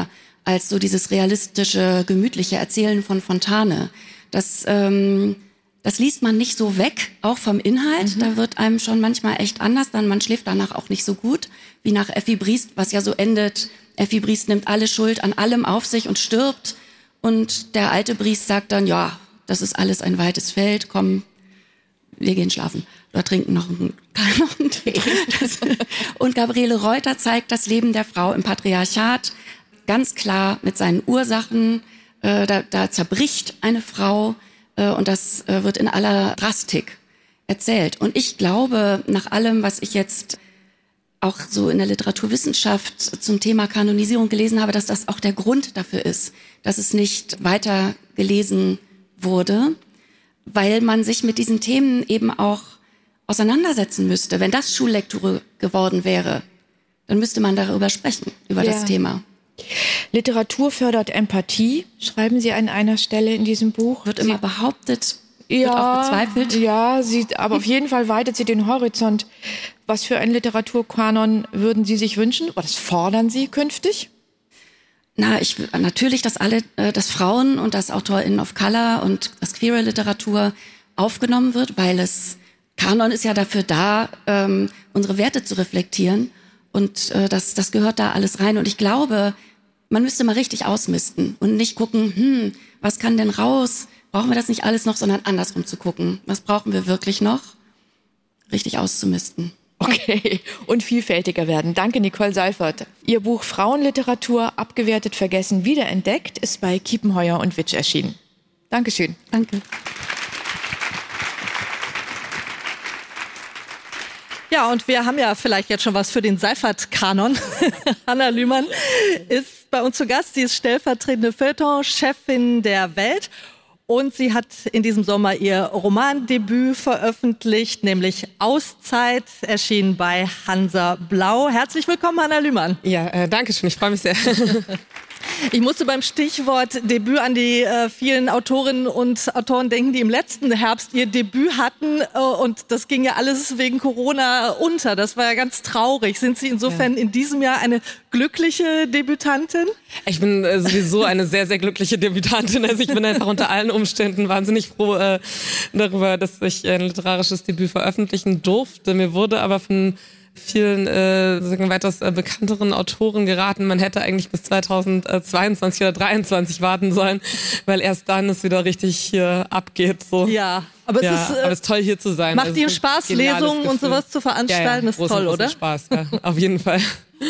als so dieses realistische, gemütliche Erzählen von Fontane. Das liest man nicht so weg, auch vom Inhalt. Da wird einem schon manchmal echt anders, dann man schläft danach auch nicht so gut, wie nach Effi Briest, was ja so endet. Effi Briest nimmt alle Schuld an allem auf sich und stirbt. Und der alte Briest sagt dann, ja, das ist alles ein weites Feld, komm, wir gehen schlafen. Oder trinken noch einen Tee. Und Gabriele Reuter zeigt das Leben der Frau im Patriarchat ganz klar mit seinen Ursachen. Da zerbricht eine Frau und das wird in aller Drastik erzählt. Und ich glaube, nach allem, was ich jetzt auch so in der Literaturwissenschaft zum Thema Kanonisierung gelesen habe, dass das auch der Grund dafür ist, dass es nicht weiter gelesen wurde, weil man sich mit diesen Themen eben auch auseinandersetzen müsste. Wenn das Schullektüre geworden wäre, dann müsste man darüber sprechen, über das Thema. Literatur fördert Empathie, schreiben Sie an einer Stelle in diesem Buch. Wird immer behauptet, wird auch bezweifelt. Ja, aber auf jeden Fall weitet sie den Horizont. Was für einen Literaturkanon würden Sie sich wünschen? Oder das fordern Sie künftig? Natürlich, dass Frauen und dass AutorInnen of Color und dass queere Literatur aufgenommen wird, weil Kanon ist ja dafür da, unsere Werte zu reflektieren. Und das gehört da alles rein. Und ich glaube, man müsste mal richtig ausmisten und nicht gucken, was kann denn raus? Brauchen wir das nicht alles noch, sondern andersrum zu gucken. Was brauchen wir wirklich noch? Richtig auszumisten. Okay, und vielfältiger werden. Danke, Nicole Seifert. Ihr Buch Frauenliteratur, abgewertet, vergessen, wiederentdeckt, ist bei Kiepenheuer und Witsch erschienen. Dankeschön. Danke. Ja, und wir haben ja vielleicht jetzt schon was für den Seifert-Kanon. Hanna Lühmann ist bei uns zu Gast. Sie ist stellvertretende Feuilleton-Chefin der Welt. Und sie hat in diesem Sommer ihr Romandebüt veröffentlicht, nämlich Auszeit, erschienen bei Hansa Blau. Herzlich willkommen, Hanna Lühmann. Ja, danke schön. Ich freue mich sehr. Ich musste beim Stichwort Debüt an die vielen Autorinnen und Autoren denken, die im letzten Herbst ihr Debüt hatten. Und das ging ja alles wegen Corona unter. Das war ja ganz traurig. Sind Sie insofern in diesem Jahr eine glückliche Debütantin? Ich bin sowieso eine sehr, sehr glückliche Debütantin. Also ich bin einfach unter allen Umständen wahnsinnig froh darüber, dass ich ein literarisches Debüt veröffentlichen durfte. Mir wurde aber von vielen weitaus bekannteren Autoren geraten, man hätte eigentlich bis 2022 oder 2023 warten sollen, weil erst dann es wieder richtig hier abgeht. So. Ja, aber es ist toll, hier zu sein. Macht Ihnen Spaß, Lesungen und sowas zu veranstalten? Ja, ist toll, oder? Spaß, ja, auf jeden Fall.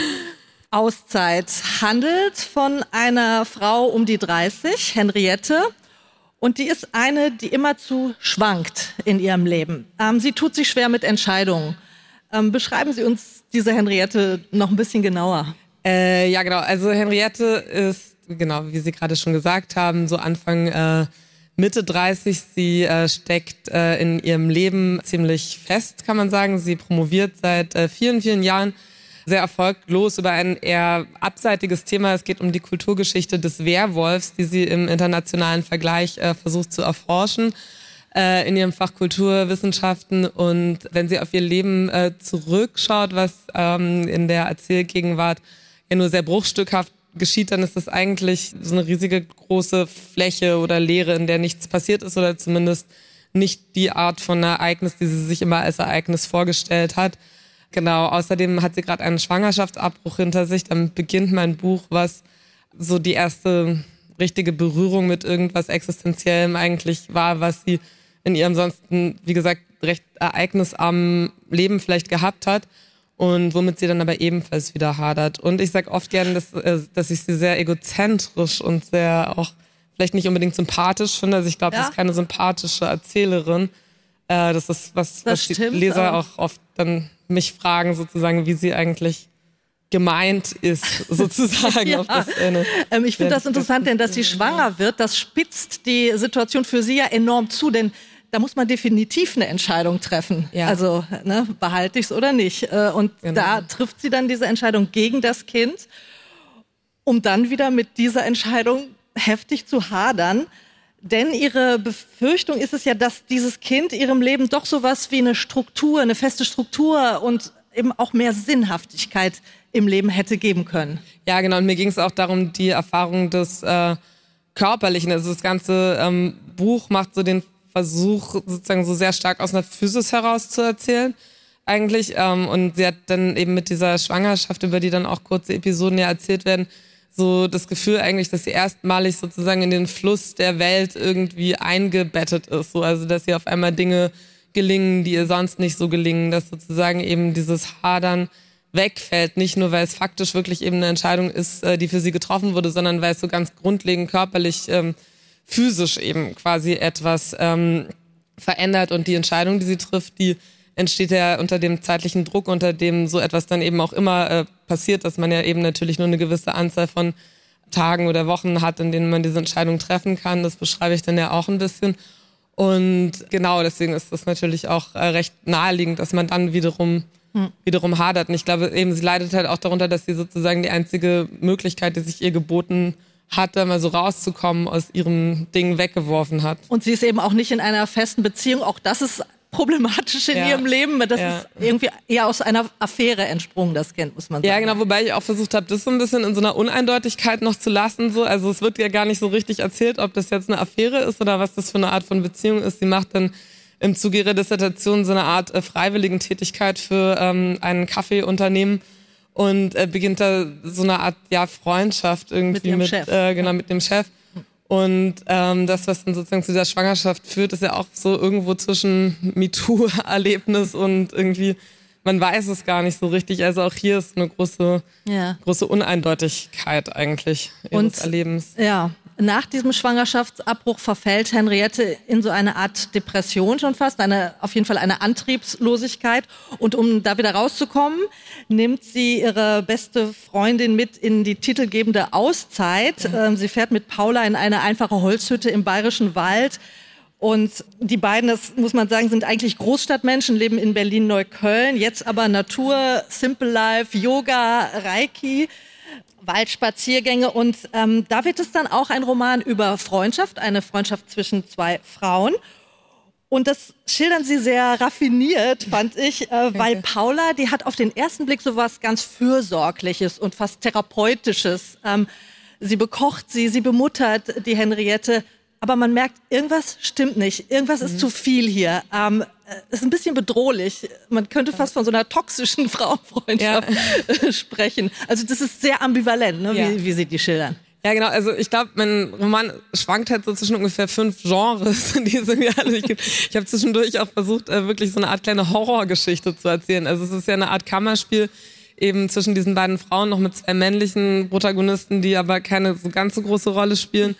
Auszeit handelt von einer Frau um die 30, Henriette. Und die ist eine, die immerzu schwankt in ihrem Leben. Sie tut sich schwer mit Entscheidungen. Beschreiben Sie uns diese Henriette noch ein bisschen genauer. Ja, genau. Also Henriette ist, genau, wie Sie gerade schon gesagt haben, so Anfang Mitte 30. Sie steckt in ihrem Leben ziemlich fest, kann man sagen. Sie promoviert seit vielen, vielen Jahren sehr erfolglos über ein eher abseitiges Thema. Es geht um die Kulturgeschichte des Werwolfs, die sie im internationalen Vergleich versucht zu erforschen. In ihrem Fach Kulturwissenschaften, und wenn sie auf ihr Leben zurückschaut, was in der Erzählgegenwart ja nur sehr bruchstückhaft geschieht, dann ist das eigentlich so eine riesige große Fläche oder Leere, in der nichts passiert ist oder zumindest nicht die Art von Ereignis, die sie sich immer als Ereignis vorgestellt hat. Genau, außerdem hat sie gerade einen Schwangerschaftsabbruch hinter sich. Dann beginnt mein Buch, was so die erste richtige Berührung mit irgendwas Existenziellem eigentlich war, was sie in ihrem sonst, wie gesagt, recht ereignisarmen Leben vielleicht gehabt hat und womit sie dann aber ebenfalls wieder hadert. Und ich sage oft gern, dass ich sie sehr egozentrisch und sehr auch vielleicht nicht unbedingt sympathisch finde. Also ich glaube, das ist keine sympathische Erzählerin. Das ist was die Leser auch oft dann mich fragen, sozusagen, wie sie eigentlich gemeint ist, sozusagen. Ja. Auf das ich finde das interessant, denn dass sie schwanger wird, das spitzt die Situation für sie ja enorm zu, denn da muss man definitiv eine Entscheidung treffen. Ja. Also behalte ich es oder nicht. Und da trifft sie dann diese Entscheidung gegen das Kind, um dann wieder mit dieser Entscheidung heftig zu hadern. Denn ihre Befürchtung ist es ja, dass dieses Kind ihrem Leben doch sowas wie eine Struktur, eine feste Struktur und eben auch mehr Sinnhaftigkeit im Leben hätte geben können. Ja, genau. Und mir ging es auch darum, die Erfahrung des Körperlichen. Also das ganze Buch macht so den Versuch, sozusagen so sehr stark aus einer Physis heraus zu erzählen, eigentlich. Und sie hat dann eben mit dieser Schwangerschaft, über die dann auch kurze Episoden ja erzählt werden, so das Gefühl eigentlich, dass sie erstmalig sozusagen in den Fluss der Welt irgendwie eingebettet ist. So, also, dass ihr auf einmal Dinge gelingen, die ihr sonst nicht so gelingen, dass sozusagen eben dieses Hadern wegfällt, nicht nur, weil es faktisch wirklich eben eine Entscheidung ist, die für sie getroffen wurde, sondern weil es so ganz grundlegend körperlich, physisch eben quasi etwas verändert und die Entscheidung, die sie trifft, die entsteht ja unter dem zeitlichen Druck, unter dem so etwas dann eben auch immer passiert, dass man ja eben natürlich nur eine gewisse Anzahl von Tagen oder Wochen hat, in denen man diese Entscheidung treffen kann. Das beschreibe ich dann ja auch ein bisschen. Und genau, deswegen ist das natürlich auch recht naheliegend, dass man dann wiederum hadert. Und ich glaube eben, sie leidet halt auch darunter, dass sie sozusagen die einzige Möglichkeit, die sich ihr geboten hatte, mal so rauszukommen, aus ihrem Ding weggeworfen hat. Und sie ist eben auch nicht in einer festen Beziehung. Auch das ist problematisch in ihrem Leben. Das ist irgendwie eher aus einer Affäre entsprungen, das Kind, muss man sagen. Ja, genau, wobei ich auch versucht habe, das so ein bisschen in so einer Uneindeutigkeit noch zu lassen. So. Also es wird ja gar nicht so richtig erzählt, ob das jetzt eine Affäre ist oder was das für eine Art von Beziehung ist. Sie macht dann im Zuge ihrer Dissertation so eine Art freiwilligen Tätigkeit für ein Kaffeeunternehmen und beginnt da so eine Art Freundschaft irgendwie mit dem Chef. Und das, was dann sozusagen zu dieser Schwangerschaft führt, ist ja auch so irgendwo zwischen MeToo-Erlebnis und irgendwie, man weiß es gar nicht so richtig. Also auch hier ist eine große Uneindeutigkeit eigentlich ihres Erlebens. Ja. Nach diesem Schwangerschaftsabbruch verfällt Henriette in so eine Art Depression schon fast, auf jeden Fall eine Antriebslosigkeit. Und um da wieder rauszukommen, nimmt sie ihre beste Freundin mit in die titelgebende Auszeit. Sie fährt mit Paula in eine einfache Holzhütte im Bayerischen Wald. Und die beiden, das muss man sagen, sind eigentlich Großstadtmenschen, leben in Berlin-Neukölln, jetzt aber Natur, Simple Life, Yoga, Reiki, Waldspaziergänge. Und da wird es dann auch ein Roman über Freundschaft, eine Freundschaft zwischen zwei Frauen. Und das schildern sie sehr raffiniert, fand ich, weil Paula, die hat auf den ersten Blick so was ganz Fürsorgliches und fast Therapeutisches. Sie bekocht sie bemuttert die Henriette. Aber man merkt, irgendwas stimmt nicht. Irgendwas ist zu viel hier. Ist ein bisschen bedrohlich. Man könnte fast von so einer toxischen Frauenfreundschaft sprechen. Also das ist sehr ambivalent, ne, wie sie die schildern. Ja, genau. Also ich glaube, mein Roman schwankt halt so zwischen ungefähr 5 Genres, die es irgendwie alle nicht gibt. Ich habe zwischendurch auch versucht, wirklich so eine Art kleine Horrorgeschichte zu erzählen. Also es ist ja eine Art Kammerspiel eben zwischen diesen beiden Frauen, noch mit 2 männlichen Protagonisten, die aber keine so ganz so große Rolle spielen.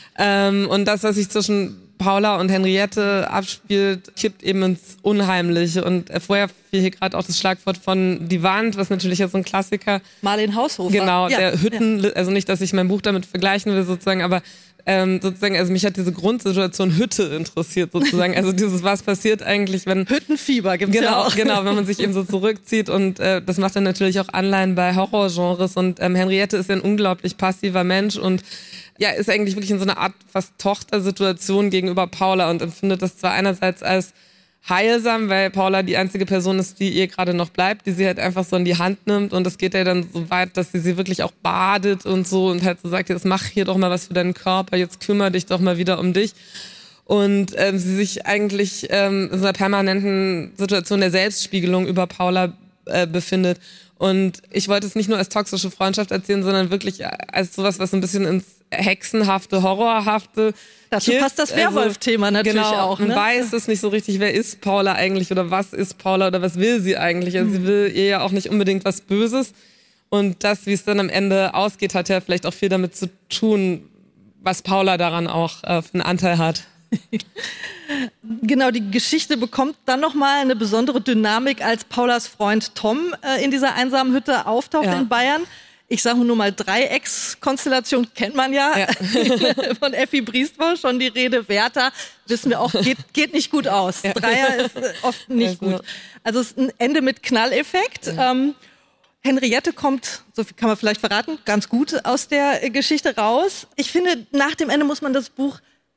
Und das, was sich zwischen Paula und Henriette abspielt, kippt eben ins Unheimliche. Und vorher fiel hier gerade auch das Schlagwort von Die Wand, was natürlich jetzt so ein Klassiker. Marlene Haushofer. Genau, der Hütten, also nicht, dass ich mein Buch damit vergleichen will sozusagen, aber sozusagen, also mich hat diese Grundsituation Hütte interessiert sozusagen. Also dieses, was passiert eigentlich, wenn... Hüttenfieber gibt's ja auch. Genau, wenn man sich eben so zurückzieht und das macht dann natürlich auch Anleihen bei Horrorgenres und Henriette ist ja ein unglaublich passiver Mensch und ja, ist eigentlich wirklich in so einer Art fast Tochtersituation gegenüber Paula und empfindet das zwar einerseits als heilsam, weil Paula die einzige Person ist, die ihr gerade noch bleibt, die sie halt einfach so in die Hand nimmt und es geht ja dann so weit, dass sie wirklich auch badet und so und halt so sagt, jetzt mach hier doch mal was für deinen Körper, jetzt kümmere dich doch mal wieder um dich. Und sie sich eigentlich in so einer permanenten Situation der Selbstspiegelung über Paula befindet. Und ich wollte es nicht nur als toxische Freundschaft erzählen, sondern wirklich als sowas, was so ein bisschen ins Hexenhafte, Horrorhafte. Dazu passt das Werwolf-Thema natürlich auch. Ne? Man weiß es nicht so richtig, wer ist Paula eigentlich oder was ist Paula oder was will sie eigentlich. Also sie will ihr ja auch nicht unbedingt was Böses. Und das, wie es dann am Ende ausgeht, hat ja vielleicht auch viel damit zu tun, was Paula daran auch für einen Anteil hat. Genau, die Geschichte bekommt dann nochmal eine besondere Dynamik, als Paulas Freund Tom in dieser einsamen Hütte auftaucht in Bayern. Ich sage nur mal Dreieckskonstellation, kennt man ja. Von Effi Briest war schon die Rede. Werther, wissen wir auch, geht nicht gut aus. Dreier ist oft nicht gut. Also es ist ein Ende mit Knalleffekt. Henriette kommt, so viel kann man vielleicht verraten, ganz gut aus der Geschichte raus. Ich finde, nach dem Ende muss man das Buch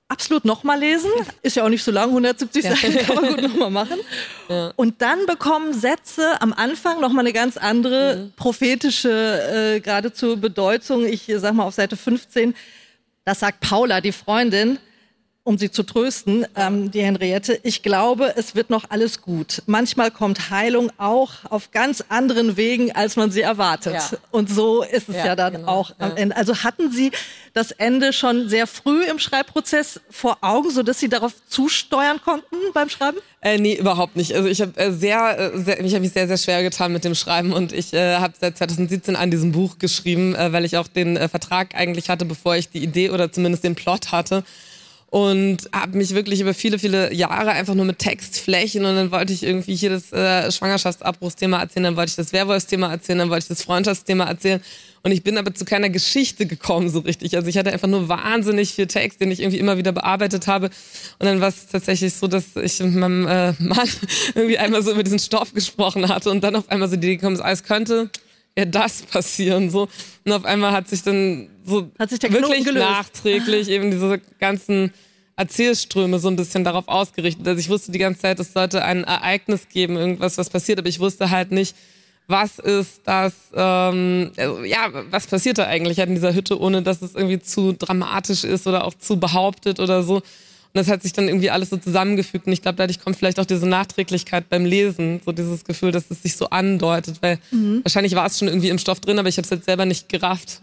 absolut nochmal lesen. Ist ja auch nicht so lang, 170 Seiten kann man gut nochmal machen. Ja. Und dann bekommen Sätze am Anfang nochmal eine ganz andere prophetische geradezu Bedeutung. Ich sag mal auf Seite 15, das sagt Paula, die Freundin, um sie zu trösten, die Henriette, ich glaube, es wird noch alles gut. Manchmal kommt Heilung auch auf ganz anderen Wegen, als man sie erwartet. Ja. Und so ist es ja dann auch am Ende. Also hatten Sie das Ende schon sehr früh im Schreibprozess vor Augen, sodass Sie darauf zusteuern konnten beim Schreiben? Nee, überhaupt nicht. Also ich habe mich sehr, sehr schwer getan mit dem Schreiben und ich habe seit 2017 an diesem Buch geschrieben, weil ich auch den Vertrag eigentlich hatte, bevor ich die Idee oder zumindest den Plot hatte. Und habe mich wirklich über viele, viele Jahre einfach nur mit Textflächen und dann wollte ich irgendwie hier das Schwangerschaftsabbruchsthema erzählen, dann wollte ich das Werwolfsthema erzählen, dann wollte ich das Freundschaftsthema erzählen und ich bin aber zu keiner Geschichte gekommen so richtig. Also ich hatte einfach nur wahnsinnig viel Text, den ich irgendwie immer wieder bearbeitet habe und dann war es tatsächlich so, dass ich mit meinem Mann irgendwie einmal so über diesen Stoff gesprochen hatte und dann auf einmal so die Idee gekommen ist, es könnte ja das passieren so und auf einmal hat sich dann so der wirklich nachträglich eben diese ganzen Erzählströme so ein bisschen darauf ausgerichtet. Also ich wusste die ganze Zeit, es sollte ein Ereignis geben, irgendwas, was passiert, aber ich wusste halt nicht, was ist das, was passiert da eigentlich in dieser Hütte, ohne dass es irgendwie zu dramatisch ist oder auch zu behauptet oder so. Und das hat sich dann irgendwie alles so zusammengefügt. Und ich glaube, dadurch kommt vielleicht auch diese Nachträglichkeit beim Lesen, so dieses Gefühl, dass es sich so andeutet. Weil wahrscheinlich war es schon irgendwie im Stoff drin, aber ich habe es jetzt selber nicht gerafft.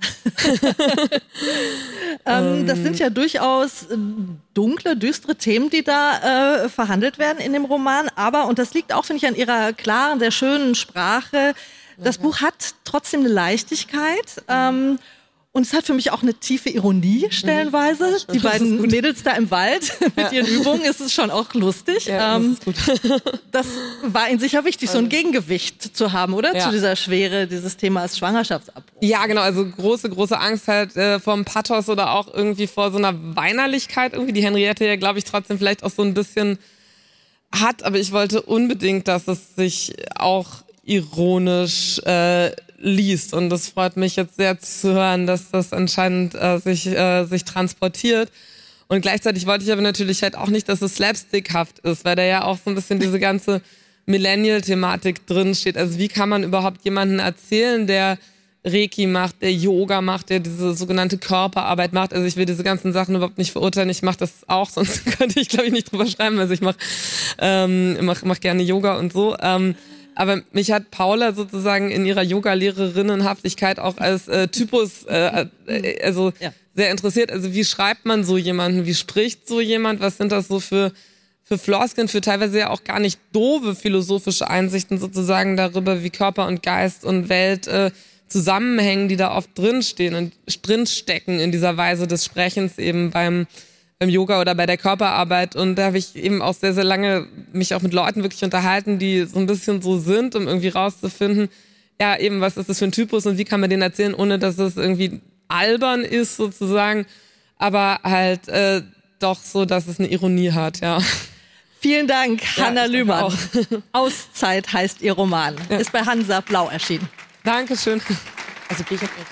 Das sind ja durchaus dunkle, düstere Themen, die da verhandelt werden in dem Roman. Aber, und das liegt auch, finde ich, an ihrer klaren, sehr schönen Sprache, das Buch hat trotzdem eine Leichtigkeit. Und es hat für mich auch eine tiefe Ironie stellenweise. Die beiden Mädels da im Wald mit ihren Übungen, ist es schon auch lustig. Ja, das ist gut. Das war Ihnen sicher wichtig, so ein Gegengewicht zu haben, oder? Ja. Zu dieser Schwere dieses Themas Schwangerschaftsabbruch. Ja, genau. Also große Angst halt vorm Pathos oder auch irgendwie vor so einer Weinerlichkeit. Irgendwie die Henriette ja, glaube ich, trotzdem vielleicht auch so ein bisschen hat. Aber ich wollte unbedingt, dass es sich auch ironisch liest und das freut mich jetzt sehr zu hören, dass das anscheinend sich transportiert und gleichzeitig wollte ich aber natürlich halt auch nicht, dass es slapstickhaft ist, weil da ja auch so ein bisschen diese ganze Millennial-Thematik drin steht. Also wie kann man überhaupt jemanden erzählen, der Reiki macht, der Yoga macht, der diese sogenannte Körperarbeit macht. Also ich will diese ganzen Sachen überhaupt nicht verurteilen. Ich mache das auch, sonst könnte ich, glaube ich, nicht drüber schreiben. Also ich mach gerne Yoga und so. Aber mich hat Paula sozusagen in ihrer Yoga-Lehrerinnenhaftigkeit auch als Typus sehr interessiert. Also wie schreibt man so jemanden? Wie spricht so jemand? Was sind das so für Floskeln, für teilweise ja auch gar nicht doofe philosophische Einsichten sozusagen darüber, wie Körper und Geist und Welt zusammenhängen, die da oft drinstehen und drinstecken in dieser Weise des Sprechens eben beim Yoga oder bei der Körperarbeit. Und da habe ich eben auch sehr, sehr lange mich auch mit Leuten wirklich unterhalten, die so ein bisschen so sind, um irgendwie rauszufinden, ja eben, was ist das für ein Typus und wie kann man den erzählen, ohne dass es irgendwie albern ist sozusagen, aber halt doch so, dass es eine Ironie hat, ja. Vielen Dank, Hanna Lühmann. Auszeit heißt Ihr Roman. Ja. Ist bei Hansa Blau erschienen. Dankeschön. Also gehe ich jetzt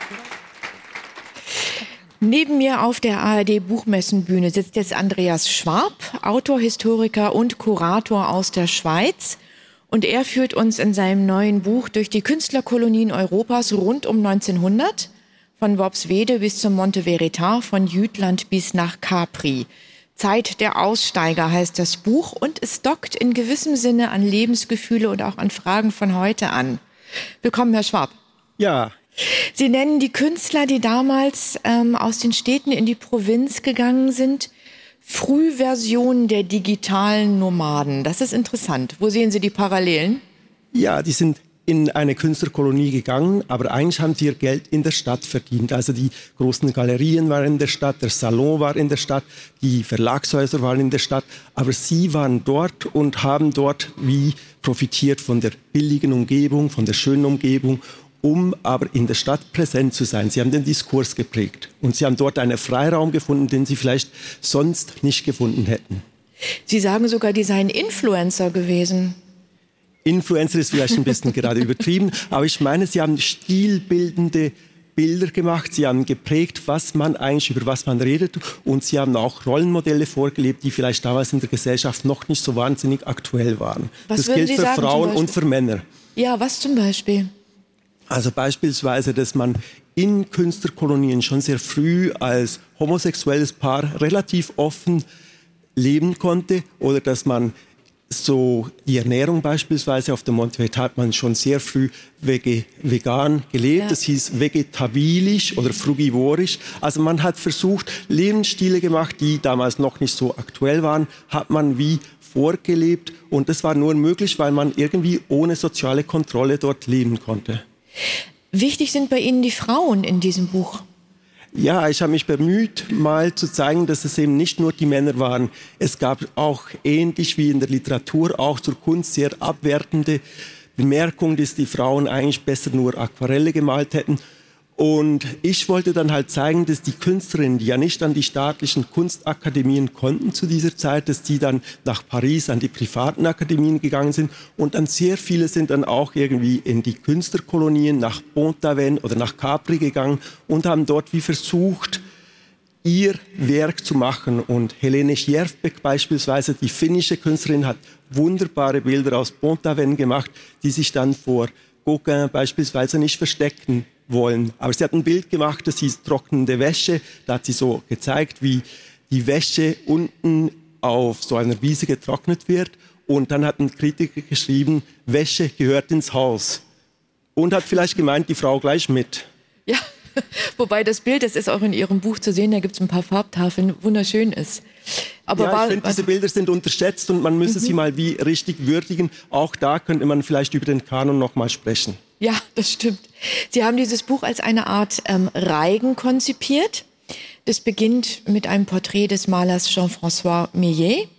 Neben mir auf der ARD-Buchmessenbühne sitzt jetzt Andreas Schwab, Autor, Historiker und Kurator aus der Schweiz. Und er führt uns in seinem neuen Buch durch die Künstlerkolonien Europas rund um 1900, von Worpswede bis zum Monte Veritas, von Jütland bis nach Capri. Zeit der Aussteiger heißt das Buch und es dockt in gewissem Sinne an Lebensgefühle und auch an Fragen von heute an. Willkommen, Herr Schwab. Ja. Sie nennen die Künstler, die damals aus den Städten in die Provinz gegangen sind, Frühversionen der digitalen Nomaden. Das ist interessant. Wo sehen Sie die Parallelen? Ja, die sind in eine Künstlerkolonie gegangen, aber eigentlich haben sie ihr Geld in der Stadt verdient. Also die großen Galerien waren in der Stadt, der Salon war in der Stadt, die Verlagshäuser waren in der Stadt, aber sie waren dort und haben dort wie profitiert von der billigen Umgebung, von der schönen Umgebung, um aber in der Stadt präsent zu sein. Sie haben den Diskurs geprägt und sie haben dort einen Freiraum gefunden, den sie vielleicht sonst nicht gefunden hätten. Sie sagen sogar, die seien Influencer gewesen. Influencer ist vielleicht ein bisschen gerade übertrieben, aber ich meine, sie haben stilbildende Bilder gemacht, sie haben geprägt, über was man redet, und sie haben auch Rollenmodelle vorgelebt, die vielleicht damals in der Gesellschaft noch nicht so wahnsinnig aktuell waren. Was das gilt Sie für sagen, Frauen und für Männer. Ja, was zum Beispiel? Also beispielsweise, dass man in Künstlerkolonien schon sehr früh als homosexuelles Paar relativ offen leben konnte, oder dass man so die Ernährung beispielsweise auf der Monteverde hat man schon sehr früh vegan gelebt. Ja. Das hieß vegetabilisch oder frugivorisch. Also man hat versucht, Lebensstile gemacht, die damals noch nicht so aktuell waren, hat man wie vorgelebt. Und das war nur möglich, weil man irgendwie ohne soziale Kontrolle dort leben konnte. Wichtig sind bei Ihnen die Frauen in diesem Buch. Ja, ich habe mich bemüht, mal zu zeigen, dass es eben nicht nur die Männer waren. Es gab auch, ähnlich wie in der Literatur, auch zur Kunst sehr abwertende Bemerkungen, dass die Frauen eigentlich besser nur Aquarelle gemalt hätten. Und ich wollte dann halt zeigen, dass die Künstlerinnen, die ja nicht an die staatlichen Kunstakademien konnten zu dieser Zeit, dass die dann nach Paris an die privaten Akademien gegangen sind. Und dann sehr viele sind dann auch irgendwie in die Künstlerkolonien nach Pont-Aven oder nach Capri gegangen und haben dort wie versucht, ihr Werk zu machen. Und Helene Sierbeck beispielsweise, die finnische Künstlerin, hat wunderbare Bilder aus Pont-Aven gemacht, die sich dann vor Gauguin beispielsweise nicht verstecken wollen. Aber sie hat ein Bild gemacht, das hieß trocknende Wäsche. Da hat sie so gezeigt, wie die Wäsche unten auf so einer Wiese getrocknet wird. Und dann hat ein Kritiker geschrieben, Wäsche gehört ins Haus. Und hat vielleicht gemeint, die Frau gleich mit. Ja, wobei das Bild, das ist auch in Ihrem Buch zu sehen, da gibt es ein paar Farbtafeln, wunderschön ist. Aber ja, ich finde, diese Bilder sind unterschätzt und man müsse sie mal wie richtig würdigen. Auch da könnte man vielleicht über den Kanon noch mal sprechen. Ja, das stimmt. Sie haben dieses Buch als eine Art Reigen konzipiert. Das beginnt mit einem Porträt des Malers Jean-François Millet.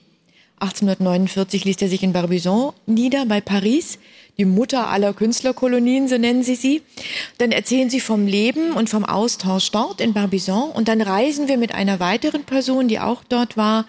1849 ließ er sich in Barbizon nieder bei Paris, die Mutter aller Künstlerkolonien, so nennen sie sie. Dann erzählen sie vom Leben und vom Austausch dort in Barbizon. Und dann reisen wir mit einer weiteren Person, die auch dort war,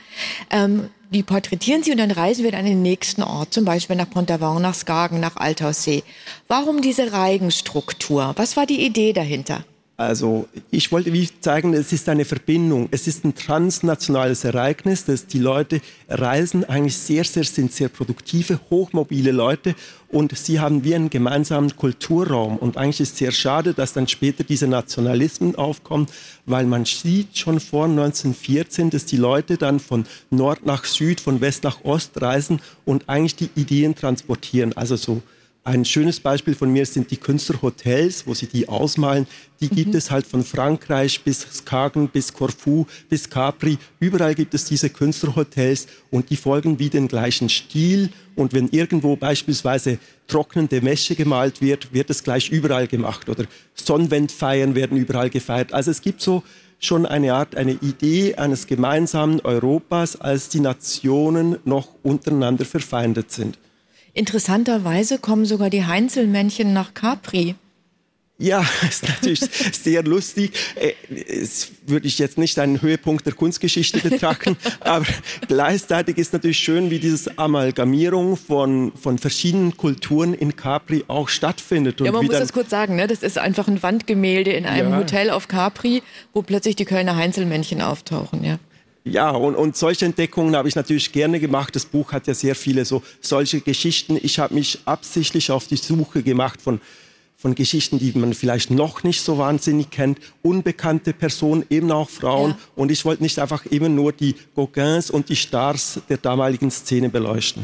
die porträtieren sie, und dann reisen wir an den nächsten Ort, zum Beispiel nach Pont-Aven, nach Skagen, nach Altaussee. Warum diese Reigenstruktur? Was war die Idee dahinter? Also ich wollte wie zeigen, es ist eine Verbindung, es ist ein transnationales Ereignis, dass die Leute reisen, eigentlich sind sehr produktive, hochmobile Leute, und sie haben wie einen gemeinsamen Kulturraum. Und eigentlich ist es sehr schade, dass dann später diese Nationalismen aufkommen, weil man sieht schon vor 1914, dass die Leute dann von Nord nach Süd, von West nach Ost reisen und eigentlich die Ideen transportieren. Also so ein schönes Beispiel von mir sind die Künstlerhotels, wo sie die ausmalen. Die gibt es halt von Frankreich bis Skagen, bis Korfu, bis Capri. Überall gibt es diese Künstlerhotels und die folgen wie den gleichen Stil. Und wenn irgendwo beispielsweise trocknende Wäsche gemalt wird, wird es gleich überall gemacht. Oder Sonnenwendfeiern werden überall gefeiert. Also es gibt so schon eine Idee eines gemeinsamen Europas, als die Nationen noch untereinander verfeindet sind. Interessanterweise kommen sogar die Heinzelmännchen nach Capri. Ja, ist natürlich sehr lustig. Das würde ich jetzt nicht einen Höhepunkt der Kunstgeschichte betrachten, aber gleichzeitig ist natürlich schön, wie diese Amalgamierung von verschiedenen Kulturen in Capri auch stattfindet. Und ja, man muss das kurz sagen, ne? Das ist einfach ein Wandgemälde in einem Hotel auf Capri, wo plötzlich die Kölner Heinzelmännchen auftauchen, ja. Ja, und solche Entdeckungen habe ich natürlich gerne gemacht. Das Buch hat ja sehr viele solche Geschichten. Ich habe mich absichtlich auf die Suche gemacht von Geschichten, die man vielleicht noch nicht so wahnsinnig kennt. Unbekannte Personen, eben auch Frauen. Ja. Und ich wollte nicht einfach immer nur die Gauguins und die Stars der damaligen Szene beleuchten.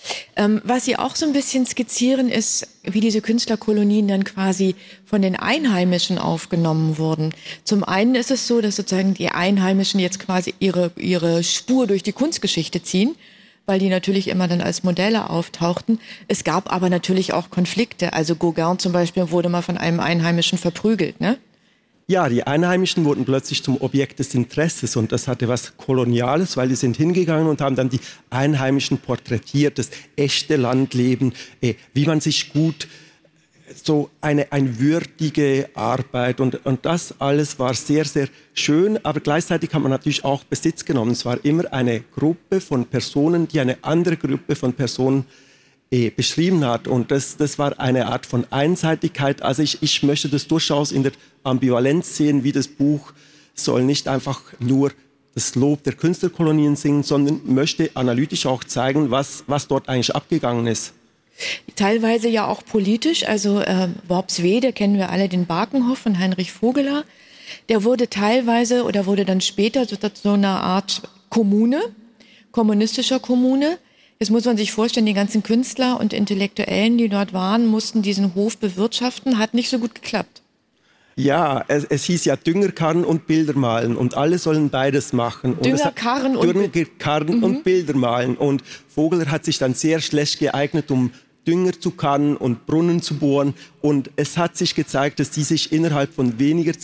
Was Sie auch so ein bisschen skizzieren, ist, wie diese Künstlerkolonien dann quasi von den Einheimischen aufgenommen wurden. Zum einen ist es so, dass sozusagen die Einheimischen jetzt quasi ihre Spur durch die Kunstgeschichte ziehen, weil die natürlich immer dann als Modelle auftauchten. Es gab aber natürlich auch Konflikte. Also Gauguin zum Beispiel wurde mal von einem Einheimischen verprügelt, ne? Ja, die Einheimischen wurden plötzlich zum Objekt des Interesses und das hatte was Koloniales, weil die sind hingegangen und haben dann die Einheimischen porträtiert, das echte Landleben, wie man sich gut, so eine würdige Arbeit und das alles war sehr, sehr schön, aber gleichzeitig hat man natürlich auch Besitz genommen. Es war immer eine Gruppe von Personen, die eine andere Gruppe von Personen beschrieben hat. Und das war eine Art von Einseitigkeit. Also ich möchte das durchaus in der Ambivalenz sehen, wie das Buch soll nicht einfach nur das Lob der Künstlerkolonien singen, sondern möchte analytisch auch zeigen, was dort eigentlich abgegangen ist. Teilweise ja auch politisch. Also Worpswede kennen wir alle, den Bakenhof von Heinrich Vogeler. Der wurde teilweise oder wurde dann später so eine Art Kommune, kommunistischer Kommune. Jetzt muss man sich vorstellen, die ganzen Künstler und Intellektuellen, die dort waren, mussten diesen Hof bewirtschaften. Hat nicht so gut geklappt. Ja, es hieß ja Düngerkarren und Bilder malen und alle sollen beides machen. Düngerkarren und Bilder malen. Und Vogeler hat sich dann sehr schlecht geeignet, um Dünger zu karren und Brunnen zu bohren. Und es hat sich gezeigt, dass die sich innerhalb von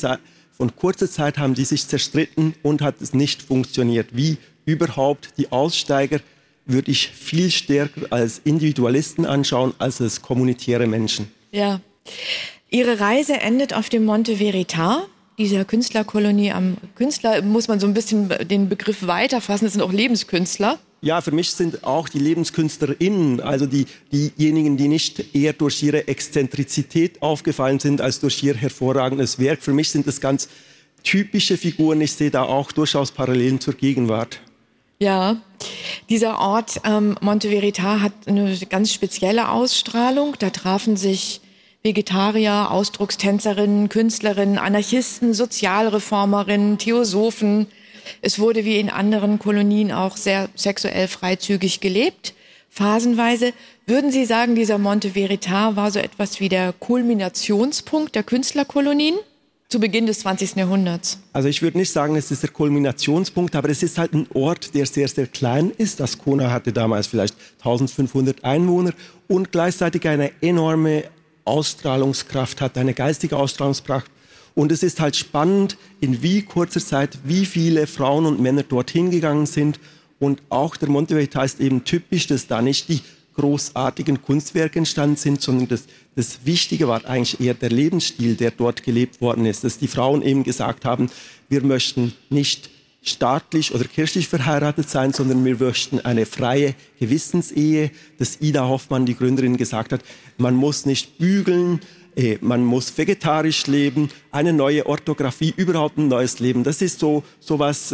kurzer Zeit haben die sich zerstritten und hat es nicht funktioniert. Wie überhaupt die Aussteiger würde ich viel stärker als Individualisten anschauen, als als kommunitäre Menschen. Ja. Ihre Reise endet auf dem Monte Veritas, dieser Künstlerkolonie am Künstler. Muss man so ein bisschen den Begriff weiterfassen, das sind auch Lebenskünstler. Ja, für mich sind auch die LebenskünstlerInnen, also diejenigen, die nicht eher durch ihre Exzentrizität aufgefallen sind, als durch ihr hervorragendes Werk. Für mich sind das ganz typische Figuren. Ich sehe da auch durchaus Parallelen zur Gegenwart. Ja, dieser Ort Monte Veritas hat eine ganz spezielle Ausstrahlung. Da trafen sich Vegetarier, Ausdruckstänzerinnen, Künstlerinnen, Anarchisten, Sozialreformerinnen, Theosophen. Es wurde wie in anderen Kolonien auch sehr sexuell freizügig gelebt, phasenweise. Würden Sie sagen, dieser Monte Veritas war so etwas wie der Kulminationspunkt der Künstlerkolonien zu Beginn des 20. Jahrhunderts? Also ich würde nicht sagen, es ist der Kulminationspunkt, aber es ist halt ein Ort, der sehr, sehr klein ist. Ascona hatte damals vielleicht 1500 Einwohner und gleichzeitig eine enorme Ausstrahlungskraft hat, eine geistige Ausstrahlungskraft. Und es ist halt spannend, in wie kurzer Zeit, wie viele Frauen und Männer dorthin gegangen sind. Und auch der Monte Veritas ist eben typisch, dass da nicht die großartigen Kunstwerke entstanden sind, sondern das Wichtige war eigentlich eher der Lebensstil, der dort gelebt worden ist. Dass die Frauen eben gesagt haben, wir möchten nicht staatlich oder kirchlich verheiratet sein, sondern wir möchten eine freie Gewissensehe. Dass Ida Hoffmann, die Gründerin, gesagt hat, man muss nicht bügeln, man muss vegetarisch leben, eine neue Orthographie, überhaupt ein neues Leben. Das ist so was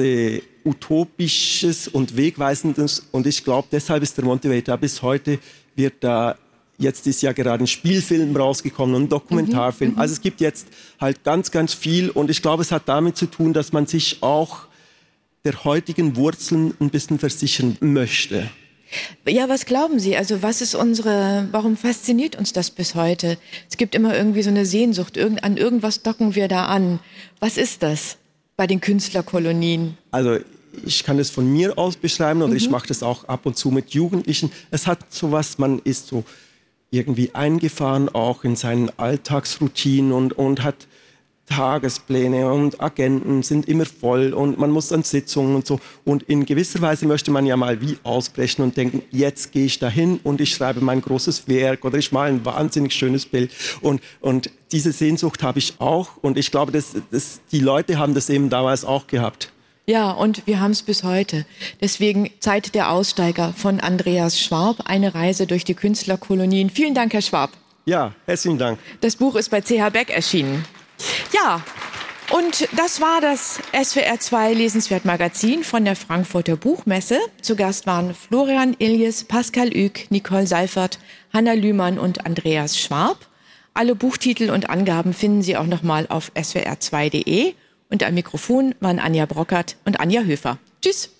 Utopisches und Wegweisendes. Und ich glaube, deshalb ist der Monte Veritas bis heute, jetzt ist ja gerade ein Spielfilm rausgekommen und ein Dokumentarfilm. Also es gibt jetzt halt ganz, ganz viel. Und ich glaube, es hat damit zu tun, dass man sich auch der heutigen Wurzeln ein bisschen versichern möchte. Ja, was glauben Sie? Also warum fasziniert uns das bis heute? Es gibt immer irgendwie so eine Sehnsucht, an irgendwas docken wir da an. Was ist das bei den Künstlerkolonien? Also ich kann es von mir aus beschreiben oder ich mache das auch ab und zu mit Jugendlichen. Es hat sowas, man ist so irgendwie eingefahren, auch in seinen Alltagsroutinen und hat Tagespläne und Agenten sind immer voll und man muss an Sitzungen und so. Und in gewisser Weise möchte man ja mal wie ausbrechen und denken, jetzt gehe ich dahin und ich schreibe mein großes Werk oder ich male ein wahnsinnig schönes Bild. Und diese Sehnsucht habe ich auch und ich glaube, die Leute haben das eben damals auch gehabt. Ja, und wir haben es bis heute. Deswegen Zeit der Aussteiger von Andreas Schwab, eine Reise durch die Künstlerkolonien. Vielen Dank, Herr Schwab. Ja, herzlichen Dank. Das Buch ist bei CH Beck erschienen. Ja, und das war das SWR 2 Lesenswert Magazin von der Frankfurter Buchmesse. Zu Gast waren Florian Iljes, Pascal Ück, Nicole Seifert, Hanna Lühmann und Andreas Schwab. Alle Buchtitel und Angaben finden Sie auch nochmal auf swr2.de. Und am Mikrofon waren Anja Brockert und Anja Höfer. Tschüss.